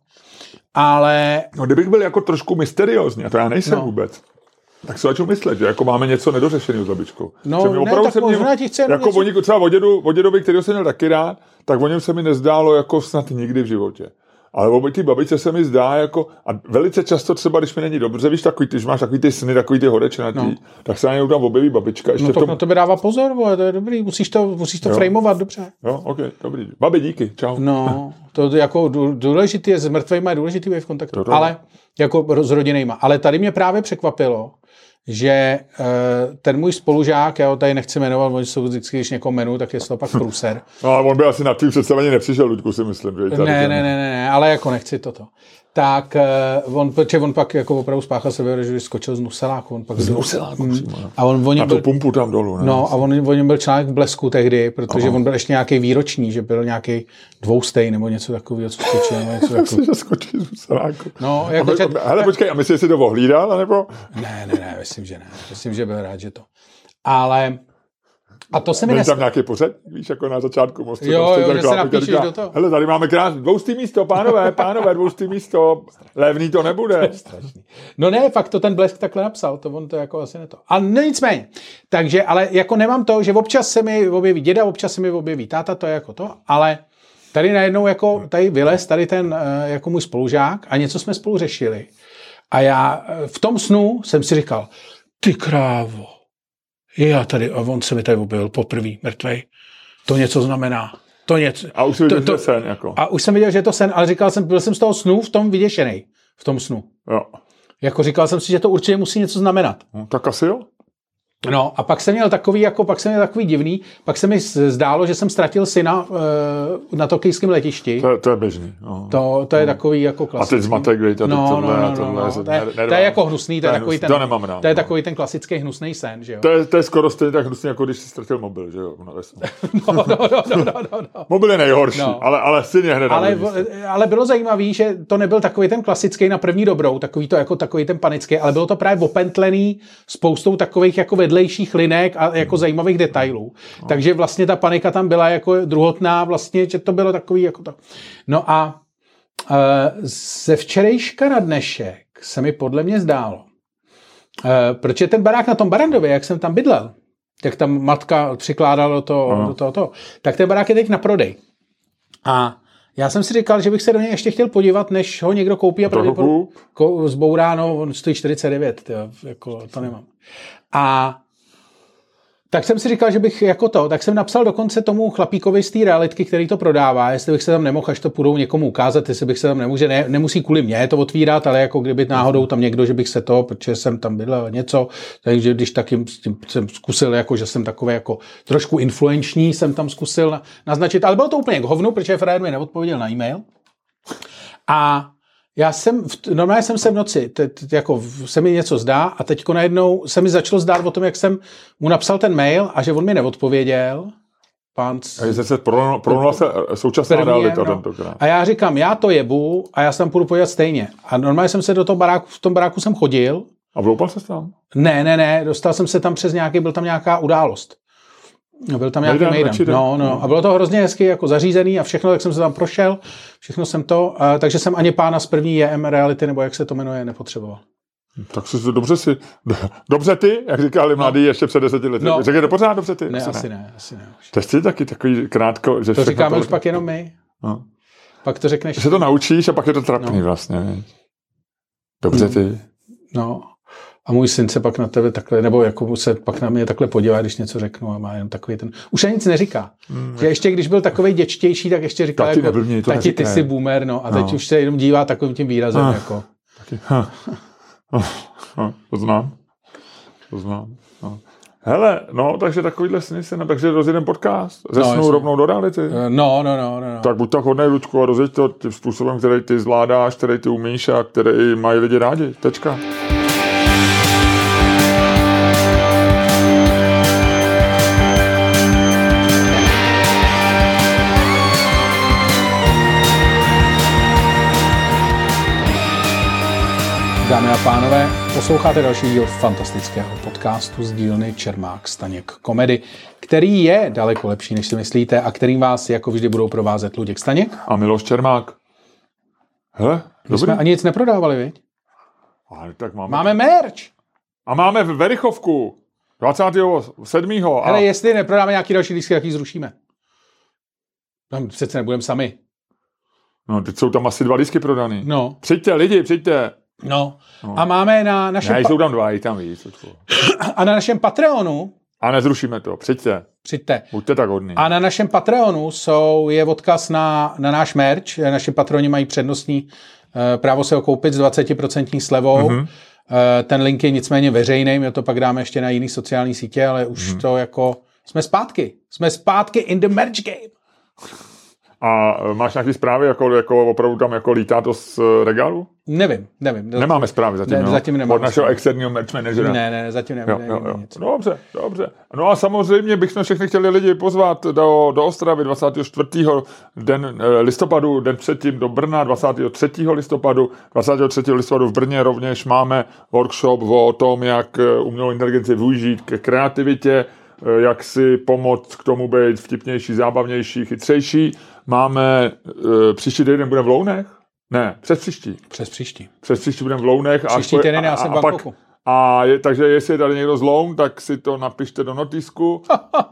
Ale... No kdybych byl jako trošku mysteriózní, a to já nejsem no. vůbec, tak se začnu myslet, že jako máme něco nedořešeného s babičkou. No ne, tak možná ti chce jako něco... Oni, třeba o, dědu, o dědovi, kterého jsem měl taky rád, tak o něm se mi nezdálo jako snad nikdy v životě. Ale o té babičce se mi zdá jako, a velice často třeba, když mi není dobře, víš, takový, když máš takový ty sny, takový ty horečnatý, no. tak se na něj tam objeví babička. Ještě no to tom... na tebe dává pozor, bo, to je dobrý, musíš to, musíš to frameovat dobře. Jo, ok, dobrý. Babi, díky, čau. No, to jako důležitý je, s mrtvejma je důležitý být v kontaktu, to ale jako s rodinejma. Ale tady mě právě překvapilo, že uh, ten můj spolužák, já ho tady nechci jmenovat, oni jsou vždycky, když někoho jmenuji, tak je to pak průser. No ale on by asi na tvým představení nepřišel, Luďku, si myslím. Že ne, ne, ne, ne, ne, ale jako nechci toto. Tak uh, on, protože on pak jako opravdu spáchal sebe, že skočil z Nuseláku. On pak z Nuseláku mm, přímo, a on, on na tu byl, pumpu tam dolů. Ne? No a on, on byl článek v Blesku tehdy, protože Aha. on byl ještě nějaký výroční, že byl nějaký dvoustej nebo něco takového, co skočil. Něco takového. že skočí z Nuseláku. No, jako čet, hele, počkej, a myslíš, že si to ohlídal, nebo? Ne, ne, ne, myslím, že ne. Myslím, že byl rád, že to. Ale... A to se mi Není nestalo. tam nějaký pořad, víš, jako na začátku mostu. Jo, jo, že se napíšeš do toho. Hele, tady máme krásné dvoustý místo, pánové, pánové, dvoustý místo, levný to nebude. No ne, fakt to ten Blesk takhle napsal, to on to jako asi neto. A no nicméně, takže, ale jako nemám to, že občas se mi objeví děda, občas se mi objeví táta, to je jako to, ale tady najednou jako, tady vylez, tady ten jako můj spolužák a něco jsme spolu řešili. A já v tom snu jsem si říkal, ty krávo, já tady, a on se mi tady objevil poprvé, mrtvej. To něco znamená. To něco. A už jsem viděl, že je sen, jako. A už jsem viděl, že je to sen, ale říkal jsem, byl jsem z toho snu v tom vyděšenej. V tom snu. Jo. Jako říkal jsem si, že to určitě musí něco znamenat. No, tak asi jo. No a pak jsem měl takový, jako, pak jsem měl takový divný, pak se mi zdálo, že jsem ztratil syna uh, na tokijském letišti. To, to je běžný. No. To, to je no. takový jako klasický. A teď zmatek, víte, no, tohle, no, no, tohle, no, no. tohle, To, je, ne, to je jako hnusný, to je, takový, ten, to nemám rád, to je no. takový ten klasický hnusný sen, že jo. To je, to je skoro stejně tak hnusný, jako když si ztratil mobil, že jo. No, no, no, no, no, no, no. Mobil je nejhorší, no. ale, ale syn je hned. Ale, ale bylo zajímavé, že to nebyl takový ten klasický na první dobrou, takový to jako takový ten panický, ale bylo to právě opentlený spoustou takových jako vedlejších linek a jako zajímavých detailů. No. Takže vlastně ta panika tam byla jako druhotná, vlastně, že to bylo takový jako to. No a uh, ze včerejška na dnešek se mi podle mě zdálo, uh, protože ten barák na tom Barandově, jak jsem tam bydlel, tak tam matka přikládala to, no. do toho, to, tak ten barák je teď na prodej. A já jsem si říkal, že bych se do něj ještě chtěl podívat, než ho někdo koupí a pravděpodobně zbouráno, on stojí čtyřicet devět, tyjo, jako to nemám. A tak jsem si říkal, že bych jako to, tak jsem napsal dokonce tomu chlapíkovi z té realitky, který to prodává, jestli bych se tam nemohl, až to půjdou někomu ukázat, jestli bych se tam nemohl, že ne, nemusí kvůli mě to otvírat, ale jako kdyby náhodou tam někdo, že bych se to, protože jsem tam bydlel něco, takže když tak jim, tím jsem zkusil, jako, že jsem takový jako trošku influenční, jsem tam zkusil naznačit, ale bylo to úplně k hovnu, protože Frér mi neodpověděl na e-mail. A já jsem, normálně jsem se v noci, t, t, jako se mi něco zdá a teďko najednou se mi začalo zdát o tom, jak jsem mu napsal ten mail a že on mi neodpověděl. Pán... A se prolnula se současná první, realita no. tentokrát. A já říkám, já to jebu a já se tam půjdu podívat stejně. A normálně jsem se do toho baráku, v tom baráku jsem chodil. A vloupal se tam? Ne, ne, ne, dostal jsem se tam přes nějaký, byl tam nějaká událost. No, byl tam nějaký mejdan. No, no. A bylo to hrozně hezky jako zařízený a všechno, tak jsem se tam prošel, všechno jsem to, a, takže jsem ani pána z první J M reality, nebo jak se to jmenuje, nepotřeboval. Tak si dobře si, dobře ty, jak říkali mladí no. ještě před deseti lety. No. Řekněte pořád dobře ty? Ne, asi ne, ne asi ne. To jsi taky takový krátko, že to říkáme to... už pak jenom my. No. Pak to řekneš. Že se to naučíš a pak je to trapný no. vlastně. Dobře no. ty. No. A můj syn se pak na tebe takhle, nebo jako se pak na mě takhle podívá, když něco řeknu a má jenom takový ten... Už ani nic neříká. Mm, že ještě když byl takový děčtější, tak ještě říkal tati, jako, neblbni, to tati, ty jsi boomer, no. A teď no. už se jenom dívá takovým tím výrazem, ah, jako... Taky. Ha. Oh, oh, to znám. To znám. No. Hele, no, takže takovýhle sny se, takže rozjedem podcast. Ze snu no, rovnou do reality. No, no, no, no. Tak buď tak hodnej, Luďku, a rozjeď to tím způsobem, který ty zvládáš, který ty umíš a který mají lidi rádi. Tečka. Dámy a pánové, posloucháte další díl fantastického podcastu z dílny Čermák Staněk Komedy, který je daleko lepší, než si myslíte a kterým vás jako vždy budou provázet Luděk Staněk a Miloš Čermák. Hele, my dobrý. Jsme ani nic neprodávali, viď? Ale tak máme... Máme merch! A máme v Verichovku dvacátého sedmého A... Hele, jestli neprodáme nějaký další lístky, tak ji zrušíme. Tam přece nebudeme sami. No, teď jsou tam asi dva lístky prodaný. No. Přijďte, lidi, přijďte. No. no. A máme na našem... Ne, jsou tam dva, i tam víc. A na našem Patreonu... A nezrušíme to, přijďte. Přijďte. Buďte tak hodný. A na našem Patreonu jsou, je odkaz na, na náš merch. Naši patroni mají přednostní uh, právo se ho koupit s dvacet procent slevou. Mm-hmm. Uh, ten link je nicméně veřejný, my to pak dáme ještě na jiný sociální sítě, ale už mm-hmm. to jako... Jsme zpátky. Jsme zpátky in the merch game. A máš nějaký zprávy, jako, jako opravdu tam jako lítá to z regálu? Nevím, nevím. Nemáme zprávy zatím, ne, no? zatím nemáme. Od našeho externího merch managera. Ne, ne, zatím nemáme. Jo, jo, jo. Dobře, dobře. No a samozřejmě bychom všechny chtěli lidi pozvat do, do Ostravy dvacátého čtvrtého den listopadu, den předtím do Brna dvacátého třetího listopadu. dvacátého třetího listopadu v Brně rovněž máme workshop o tom, jak umělou inteligenci využít ke kreativitě, jak si pomoct k tomu být vtipnější, zábavnější, chytřejší. Máme, e, příští týden budeme v Lounech? Ne, přes příští. Přes příští. Přes příští budeme v Lounech. Příští a, týden já jsem v Bangkoku. A je, takže jestli je tady někdo z Loun, tak si to napište do notisku.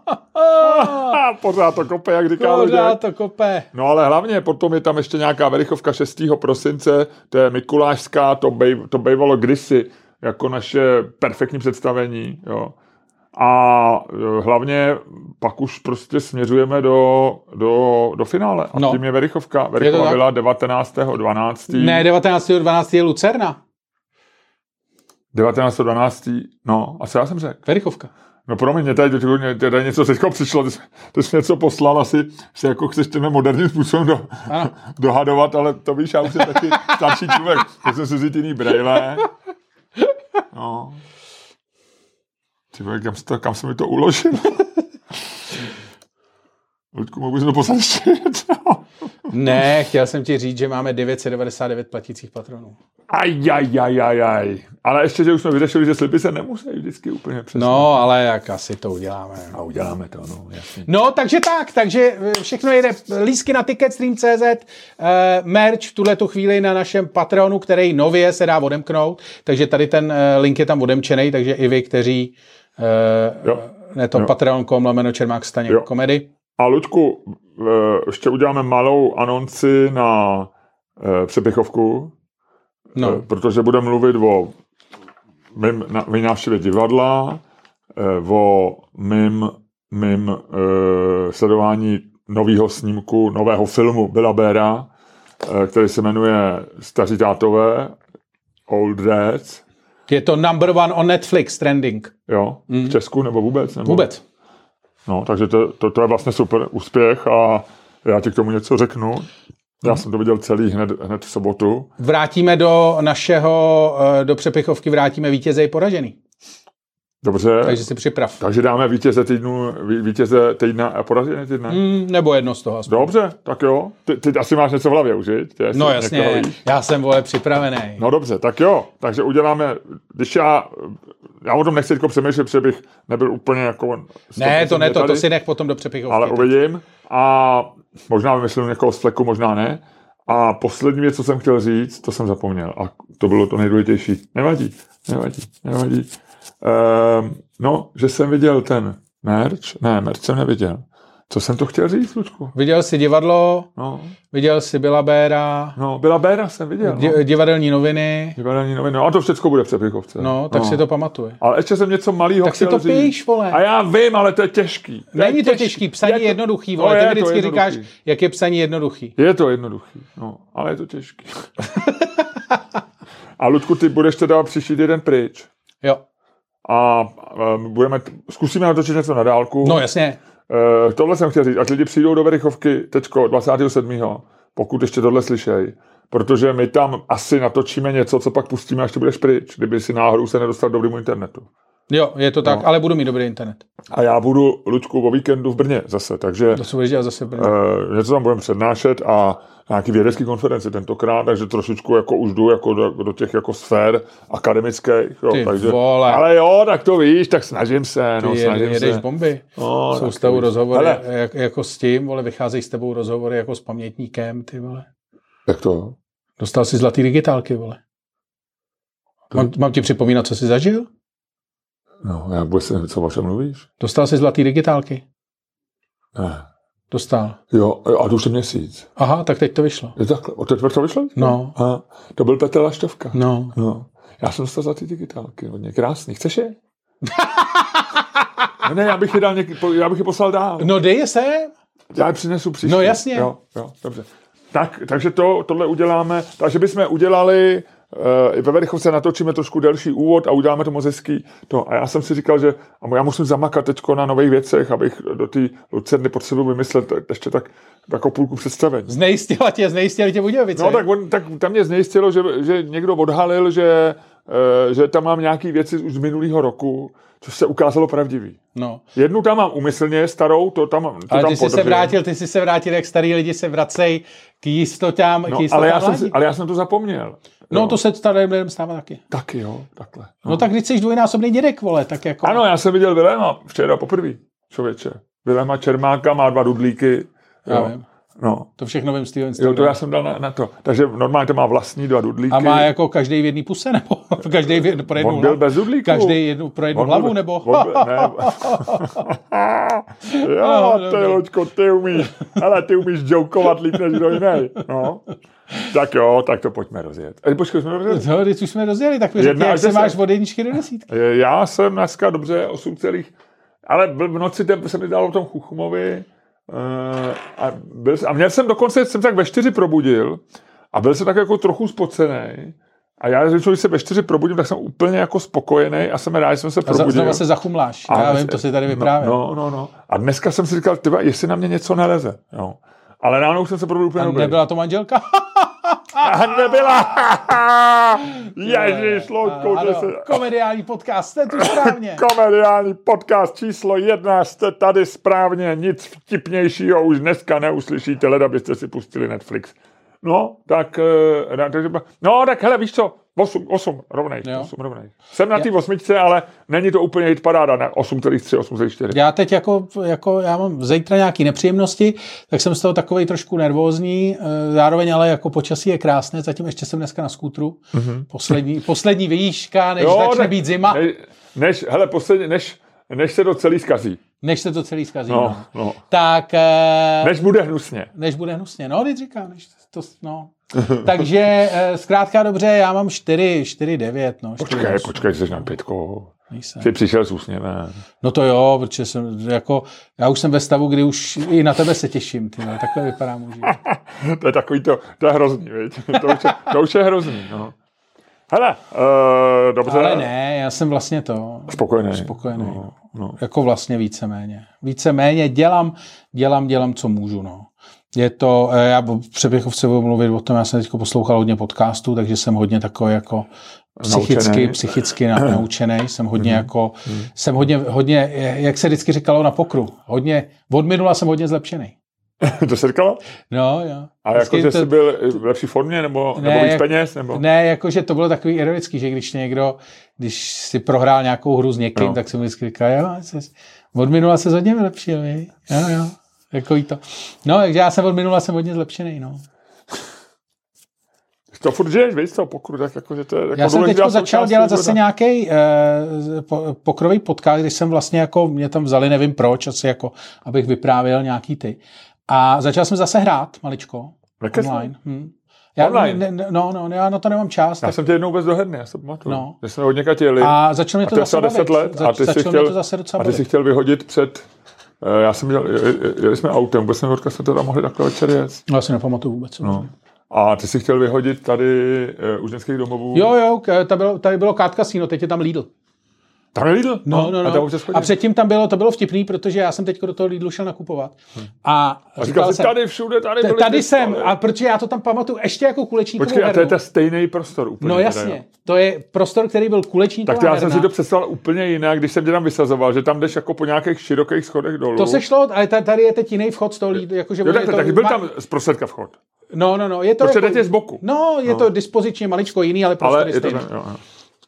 Pořád to kope, jak říká Luděk. Pořád to kope. No ale hlavně potom je tam ještě nějaká Verichovka šestého prosince, to je Mikulášská, to, bej, to bejvalo kdysi jako naše perfektní představení, jo. A hlavně pak už prostě směřujeme do, do, do finále. A no. tím je Verichovka. Verichova byla devatenáctého dvanáctého Ne, devatenáctého dvanáctého je Lucerna. devatenáct dvanáct. No, a co já jsem řekl? Verichovka. No promiň, mě tady, tady něco teďko přišlo, ty, ty jsi něco poslal, asi si jako chceš tím moderním způsobem do, dohadovat, ale to víš, já už jsem taky starší člověk, tak jsem si vzít jiný brejle. No. Ty vole, kam, kam jsem mi to uložil? Luďku, mohu bys to poslat ještě jedno? Ne, chtěl jsem ti říct, že máme devět set devadesát devět platících patronů. Aj, aj, aj, aj, aj. Ale ještě, že už jsme vyřešili, že slipy se nemusí vždycky úplně přesně. No, ale jak asi to uděláme. A uděláme to, no, jasně. No, takže tak, takže všechno jede. Lístky na ticketstream tečka cé zet, eh, merch v tuhletu chvíli na našem Patreonu, který nově se dá odemknout, takže tady ten eh, link je tam odemčenej, takže i vy, kteří eh, ne to patreon tečka com lomeno Čermák Staněk komedy. A Luďku, ještě uděláme malou anonci na e, přepichovku, no. e, protože budeme mluvit o mým návštěvě divadla, e, o mým, mým e, sledování nového snímku, nového filmu Billa Beara, e, který se jmenuje Staří tátové, Old Dads. Je to number one on Netflix, trending. Jo, mm. v Česku nebo vůbec? Nebo? Vůbec. No, takže to, to, to je vlastně super úspěch a já ti k tomu něco řeknu. Já jsem to viděl celý hned, hned v sobotu. Vrátíme do našeho, do přepichovky vrátíme vítěze i poražený. Dobře. Takže si připrav. Takže dáme vítěze týdnu, vítěze týdna a poražený týdne? Mm, nebo jedno z toho. Aspoň. Dobře, tak jo. Ty, ty asi máš něco v hlavě už, že? No jasně, já jsem, vole, připravený. No dobře, tak jo. Takže uděláme, když já, já o tom nechci jako přemýšlet, protože bych nebyl úplně jako... Ne, to ne, to, to si nech potom do přepichovky. Ale uvidím a možná vymyslím někoho z fleku, možná ne. A poslední věc, co jsem chtěl říct, to jsem zapomněl. A to bylo to nejdůležitější. Nevadí, nevadí, nevadí. Um, no, že jsem viděl ten merch. Ne, merch jsem neviděl. Co jsem to chtěl říct, Lučku? Viděl jsi divadlo, no. Viděl jsi Billa Beara. No, Billa Beara jsem viděl. Di- no. Divadelní noviny. Divadelní noviny, no a to všechno bude v přepichovce. No, tak no. si to pamatuj. Ale ještě jsem něco malýho tak chtěl si to říct. píš, vole. A já vím, ale to je těžký. To Není je to těžký, psaní je to... jednoduchý, vole. No, ty vždycky říkáš, jak je psaní jednoduchý. Je to jednoduchý, no, ale je to těžký. A Ludku, ty budeš teda příští týden pryč. Jo. A um, budeme, zkusíme natočit něco na dálku. No jasně. Uh, tohle jsem chtěl říct, ať lidi přijdou do Verichovky teďko dvacátého sedmého pokud ještě tohle slyšej, protože my tam asi natočíme něco, co pak pustíme, až ty budeš pryč, kdyby si náhodou se nedostal do dobrýmu internetu. Jo, je to tak, no. Ale budu mít dobrý internet. A já budu, Luďku, o víkendu v Brně zase, takže to se budeš dělat zase v Brně. Uh, něco tam budeme přednášet a nějaký vědecký konferenci tentokrát, takže trošičku jako už jdu jako do, do těch jako sfér akademických. Jo, Ty takže, vole. Ale jo, tak to víš, tak snažím se. No, Ty snažím jedeš se. bomby. No, jsou s tebou rozhovory jak, jako s tím, vole, vycházejí s tebou rozhovory jako s pamětníkem, ty vole. Jak to? Dostal jsi zlatý digitálky, vole. To... Mám, mám ti připomínat, co jsi zažil? No, já vůbec nevím, co vaše mluvíš. Dostal jsi zlatý digitálky? Ne. Dostal. Jo, a to už je měsíc. Aha, tak teď to vyšlo. Je takhle, o teď to vyšlo? No. A to byl Petr Laštovka. No. no. Já jsem dostal zlatý digitálky, hodně krásný. Chceš je? ne, já bych je dal něk... já bych je poslal dál. No dej je sem. Já je přinesu příště. No jasně. Jo, jo, dobře. Tak, takže to, tohle uděláme, takže bychom udělali uh, ve Verichovce natočíme trošku delší úvod a uděláme to moc hezký. To. A já jsem si říkal, že já musím zamakat teďko na nových věcech, abych do té Lucerny potřebuji vymyslet ještě tak jako půlku představení. Znejistila tě, znejistili tě Budějovice. No tak, on, tak tam mě znejistilo, že, že někdo odhalil, že, uh, že tam mám nějaký věci už z minulého roku, což se ukázalo pravdivý. No. Jednu tam mám úmyslně, starou, to tam to ale tam ty jsi se vrátil, ty jsi se vrátil, jak starý lidi se vracejí k jistotám, no, k jistotám ale, já jsem, ale já jsem to zapomněl. No jo. To se starým lidem stává taky. Taky jo, takhle. No, no tak když jsi dvojnásobný dědek, vole, tak jako... Ano, já jsem viděl Viléma včera poprvé, člověče. Viléma Čermáka má dva dudlíky. Já vím. No. To všechno vím z tvýho Instagramu. Jo, to já jsem dal na, na to. Takže normálně to má vlastní dva dudlíky. A má jako každý v jedné puse, nebo každý v jednu, pro jednu on byl bez dudlíku. Každý jednu, pro jednu on hlavu, byl, nebo? Byl, ne. jo, no, ty, Loďko, ty umíš. Ale ty umíš jokovat líp než kdo jiný. No. Tak jo, tak to pojďme rozjet. E, počkej, jsme rozjeli. No, když už jsme rozjeli, tak mi řekni, jak se máš od jedničky do desítky. Já jsem dneska dobře osm celých, ale v noci se mi dalo o tom Chuchumovi. Uh, a, byl, a měl jsem dokonce, jsem tak ve čtyři probudil a byl jsem tak jako trochu spocený A já, když se ve čtyři probudím, tak jsem úplně jako spokojený a jsem rád, že jsem se probudil. A znovu se zachumláš. A já vím, to si tady vyprávěl. No, no, no. A dneska jsem si říkal, tyba, jestli na mě něco neleze. Jo. Ale ráno už jsem se probudil úplně dobrý. A nebyla to manželka? A nebyla. Ježiš, Loutko, že se... Komediální podcast, jste tu správně. Komediální podcast číslo jedna, jste tady správně. Nic vtipnějšího už dneska neuslyšíte, leda byste si pustili Netflix. No, tak, no, tak hele, víš co, osm, osm rovnej, osm rovnej. Jsem na té osmičce, ale není to úplně hit paráda na osm celá tři, osm celá čtyři. Já teď jako, jako, já mám zítra nějaký nepříjemnosti, tak jsem z toho takovej trošku nervózní, zároveň ale jako počasí je krásné, zatím ještě jsem dneska na skútru, mm-hmm. poslední, poslední výška, než jo, začne ne, být zima. Ne, než, hele, poslední, než, než se to celý zkazí. Než se to celý zkazí, no, no. no. Tak... Než bude hnusně. Než bude hnusně, no, teď říkám, než to, no. Takže zkrátka dobře, já mám čtyři, čtyři, devět, no. čtyři, počkej, osm. počkej, jsi na pětko. Jsi přišel s úsměvem. No to jo, protože jsem, jako, já už jsem ve stavu, kdy už i na tebe se těším, ty, no, takhle vypadá můj život. To je takový to, to je hrozný, viď? To už je, to už je hrozný, no. Hele, uh, dobře. Ale ne, já jsem vlastně to... Spokojený. Spokojený. No, no. Jako vlastně víceméně. Víceméně dělám, dělám, dělám, co můžu, no. Je to, já přeběhovce budu mluvit o tom, já jsem teď poslouchal hodně podcastů, takže jsem hodně takový jako psychicky, naučený. psychicky na, naučený, jsem hodně mm. jako, mm. jsem hodně, hodně, jak se vždycky říkalo na pokru, hodně, od minula jsem hodně zlepšený. To se říkalo? No, jo. A jako, že to... jsi byl v lepší formě, nebo, ne, nebo víc jak, peněz? Nebo... Ne, jakože to bylo takový ironický, že když někdo, když si prohrál nějakou hru s někým, no. tak jsem vždycky říkal, jo, jsi, od minula se hodně vylepšil, jo, jo, jako to. No, takže já jsem od minula jsem hodně zlepšený, no. To furt žiješ, víš, toho pokru, tak jako, že to je jako já jsem teď začal dělat zase nějaký uh, pokrový podcast, když jsem vlastně jako, mě tam vzali, nevím proč, asi jako, abych vyprávěl nějaký ty. A začal jsem zase hrát maličko. Online. Hm. Já, online? Ne, no, no, já na to nemám čas. Já tak... jsem tě jednou vůbec do herny, já se pamatuju. No. Že jsme hodně katěli. A začal mě to zase deset let. A ty, Zač, si chtěl, to zase a ty si chtěl vyhodit před... Uh, já jsem dělal, jeli jsme autem, vůbec jsme hodka jsme teda mohli takhle večer jet. Já si nepamatuju vůbec. No. A ty si chtěl vyhodit tady uh, u ženských domovů? Jo, jo, tady bylo, tady bylo Cat Casino, teď je tam Lidl. Tam je Lidl? No, no, no. A, a předtím tam bylo, to bylo vtipný, protože já jsem teď do toho Lidlu šel nakupovat. Hmm. A, a říkal jsi, tady všude, tady byli Tady jsem, a protože já to tam pamatuju ještě jako kulečníkovou hernu. Počkej, a to je ten stejný prostor úplně. No jasně, teda, to je prostor, který byl kulečníková herna. Tak to já herna. jsem si to představil úplně jinak, když jsem tě tam vysazoval, že tam jdeš jako po nějakých širokých schodech dolů. To se šlo, ale tady je teď jiný vchod z toho Lidlu. Jakože jo, tak, to, tak byl tam zprostředka vchod. No, no, no. Je to prostě jako, teď je z boku. No, je no. to dispozičně maličko jiný, ale prostor ale je stejný. To, jo, jo.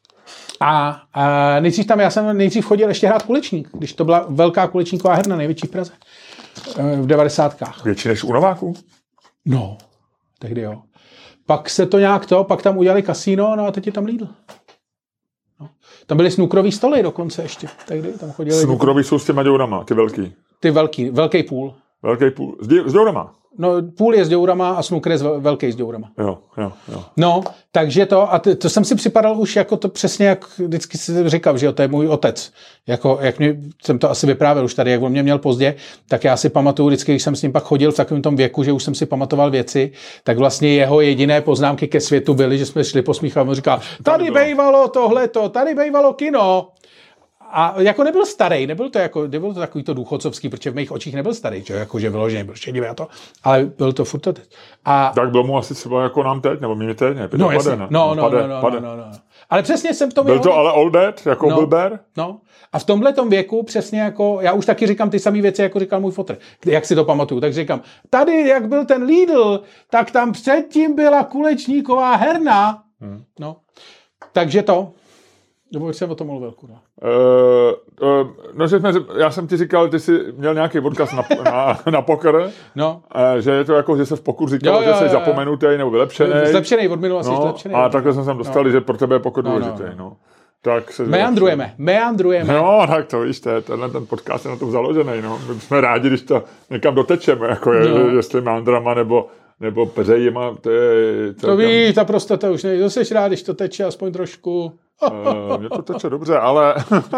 A, a nejdřív tam, já jsem nejdřív chodil ještě hrát kulečník, když to byla velká kulečníková herna, největší v Praze. V devadesátkách. Větší než u Nováků? No, tehdy jo. Pak se to nějak to, pak tam udělali kasíno, no a teď je tam Lidl. No. Tam byly snookerový stoly dokonce ještě. Tehdy tam chodili. Snookerový jsou s těma děurama, ty velký. Ty velký, velký půl. Velký půl. S, dě, s děurama? No, půl je s děurama a snooker je velký s děurama. Jo, jo, jo. No, takže to, a to, to jsem si připadal už jako to přesně, jak vždycky si říkal, že jo, to je můj otec. Jako, jak mě, jsem to asi vyprávěl už tady, jak on mě měl pozdě, tak já si pamatuju vždycky, když jsem s ním pak chodil v takovém tom věku, že už jsem si pamatoval věci, tak vlastně jeho jediné poznámky ke světu byly, že jsme šli posmíchat a on říkal, tady bejvalo tohleto, tady bejvalo kino. A jako nebyl starý, nebyl to jako, nebyl to takový to důchodcovský, protože v mých očích nebyl starý, že jako, že vyložený, byl šedivý a to, ale byl to furt to teď. A... Tak bylo mu asi třeba jako nám teď, nebo mě teď, ne? No, jasně, no, no, no, pade, no, pade. no, no, no. Ale přesně jsem to byl Byl to ale old dad, jako no, byl bear? No, a v tomhletom věku přesně jako, já už taky říkám ty samé věci, jako říkal můj fotr, jak si to pamatuju, tak říkám, tady, jak byl ten Lidl, tak tam předtím byla kulečníková herna, hmm. no, takže to. Nebo jsem o tom mluvil, kurva. Uh, uh, no, že jsme, já jsem ti říkal, ty jsi měl nějaký odkaz na, na, na poker, no. uh, že je to jako, že se v poker říkalo, jo, jo, že jsi zapomenutý nebo vylepšený. Zlepšený, od minula jsi no, zlepšený. A takhle jsme se dostali, no. že pro tebe je poker no, důležitý. No, no. No. Tak se meandrujeme, meandrujeme. No, tak to víš, to, tenhle ten podcast je na tom založený. No. My jsme rádi, když to někam dotečeme, jako je, no. jestli meandrama nebo nebo peřejima, to je... To ví, ta prostata už nejde. To jsi rád, když to teče aspoň trošku. uh, Mně to teče dobře, ale...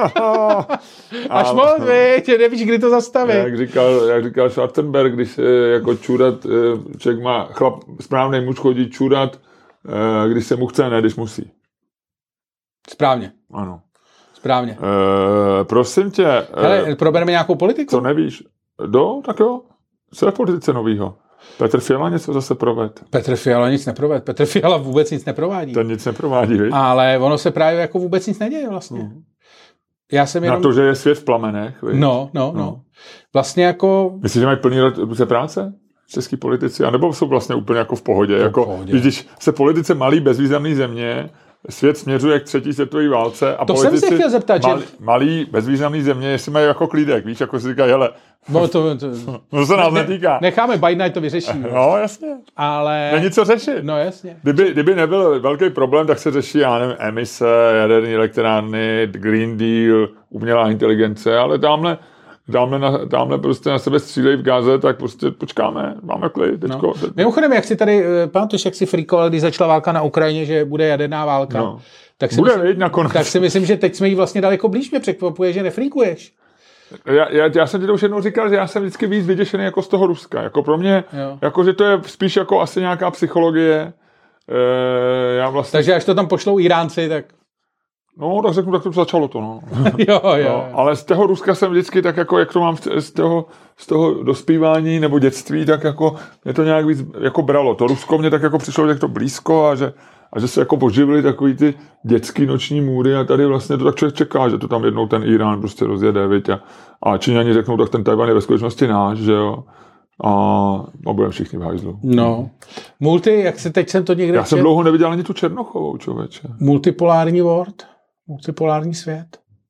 Až moc, víš, nevíš, kdy to zastaví. Jak říkal, jak říkal Schwarzenberg, když se jako čurat, člověk má chlap, správnej muž chodí čurat když se mu chce, ne když musí. Správně. Ano. Správně. E, prosím tě. Hele, probereme nějakou politiku? Co nevíš? Do, tak jo. Co je v politice novýho? Petr Fiala něco zase proved. Petr Fiala nic neproved. Petr Fiala vůbec nic neprovádí. Ten nic neprovádí, víš? Ale ono se právě jako vůbec nic neděje vlastně. Hmm. Já jsem jenom... Na to, že je svět v plamenech, víš? No, no, no, no. Vlastně jako... Myslíš, že mají plný ruce práce? Český politici? A nebo jsou vlastně úplně jako v pohodě? V jako, pohodě. Když se politice malý bezvýznamný země, svět směřuje k třetí světové válce a to politici jsem se chtěl zeptat, malý, že... malý bezvýznamný země, jestli mají jako klídek, víš, jako si říkají, hele, no to, to, to se nás ne, netýká. Necháme Bidena, to vyřeší. No, jasně. Ale... Není co řešit. No, jasně. Kdyby, kdyby nebyl velký problém, tak se řeší, já nevím, emise, jaderné elektrárny, Green Deal, umělá inteligence, ale tamhle Dáme, na, dáme prostě na sebe střílej v Gaze, tak prostě počkáme, máme klid. Teďko, no. teď... Mimochodem, jak si tady, pamatuješ, jak si frikoval, když začala válka na Ukrajině, že bude jaderná válka. No. Tak si bude, myslím, viď, nakonec. Tak si myslím, že teď jsme jí vlastně daleko blíž, mě překvapuje, že nefrikuješ. Já, já, já jsem ti to už jednou říkal, že já jsem vždycky víc vyděšený jako z toho Ruska. Jako pro mě, jo. Jako, že to je spíš jako asi nějaká psychologie. E, já vlastně... Takže až to tam pošlou Iránci, tak... No, tak řeknu, tak to začalo to, no. jo, jo, no. Ale z toho Ruska jsem vždycky tak jako, jak to mám z toho, z toho dospívání nebo dětství, tak jako mě to nějak víc jako bralo. To Rusko mě tak jako přišlo tak to blízko a že, a že se jako poživili takový ty dětský noční můry a tady vlastně to tak člověk čeká, že to tam jednou ten Irán prostě rozjede, viď, a, a Číňani řeknou, tak ten Tajvan je ve skutečnosti náš, že jo. A no, budeme všichni v hajzlu. No. Multi, jak se teď jsem to někde... Já jsem čet... dlouho neviděl ani tu Černochovou, člověče. Multipolární world. Multipolární svět.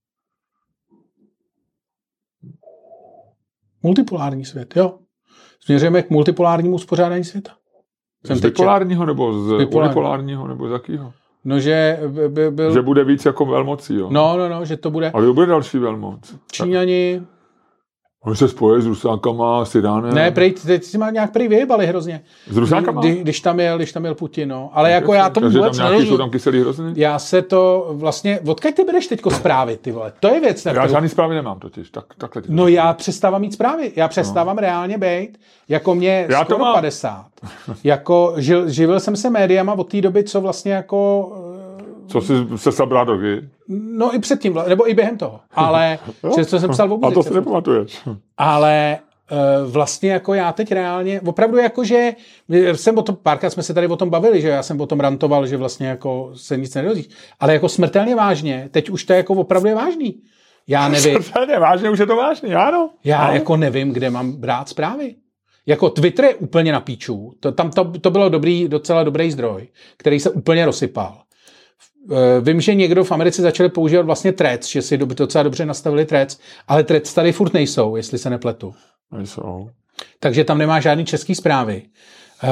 Multipolární svět, jo. Směřujeme k multipolárnímu uspořádání světa. Jsem z bipolárního nebo z unipolárního nebo z jakýho? No, že by byl... Že bude víc jako velmocí, jo. No, no, no, že to bude... A kdo bude další velmoc? Číňani... Oni se spojí s Rusákama, s Iránem. Ne, prej, teď si má nějak prý vyjebali hrozně. S Rusákama? Kdy, když tam jel, když tam jel Putin, no. Ale tak jako já tomu takže vůbec tam nějaký, jsou tam kyselý hrozný? Já se to vlastně... Odkud ty bereš teďko zprávy, ty vole? To je věc. Já žádný zprávy nemám totiž. Tak, takhle no já přestávám mít zprávy. Já přestávám no. reálně bejt. Jako mě já skoro mám... padesát. Jako žil, živil jsem se médiama od té doby, co vlastně jako... Co jsi se psal drogy? No i předtím, nebo i během toho. Ale často jsem psal v opozici. A to si nepamatuješ. Ale uh, vlastně jako já teď reálně, opravdu jako, že jsem o tom, párkrát jsme se tady o tom bavili, že já jsem o tom rantoval, že vlastně jako se nic nedozvíš. Ale jako smrtelně vážně, teď už to jako opravdu je vážný. Já nevím. Smrtelně vážně, už je to vážný, ano. Já ano. jako nevím, kde mám brát zprávy. Jako Twitter je úplně na píču. To, tam to, to bylo dobrý, docela dobrý zdroj, který se úplně rozsypal. Vím, že někdo v Americe začali používat vlastně Threads, že si docela dobře nastavili Threads, ale Threads tady furt nejsou, jestli se nepletu. Nejsou. Takže tam nemá žádný český zprávy. Uh,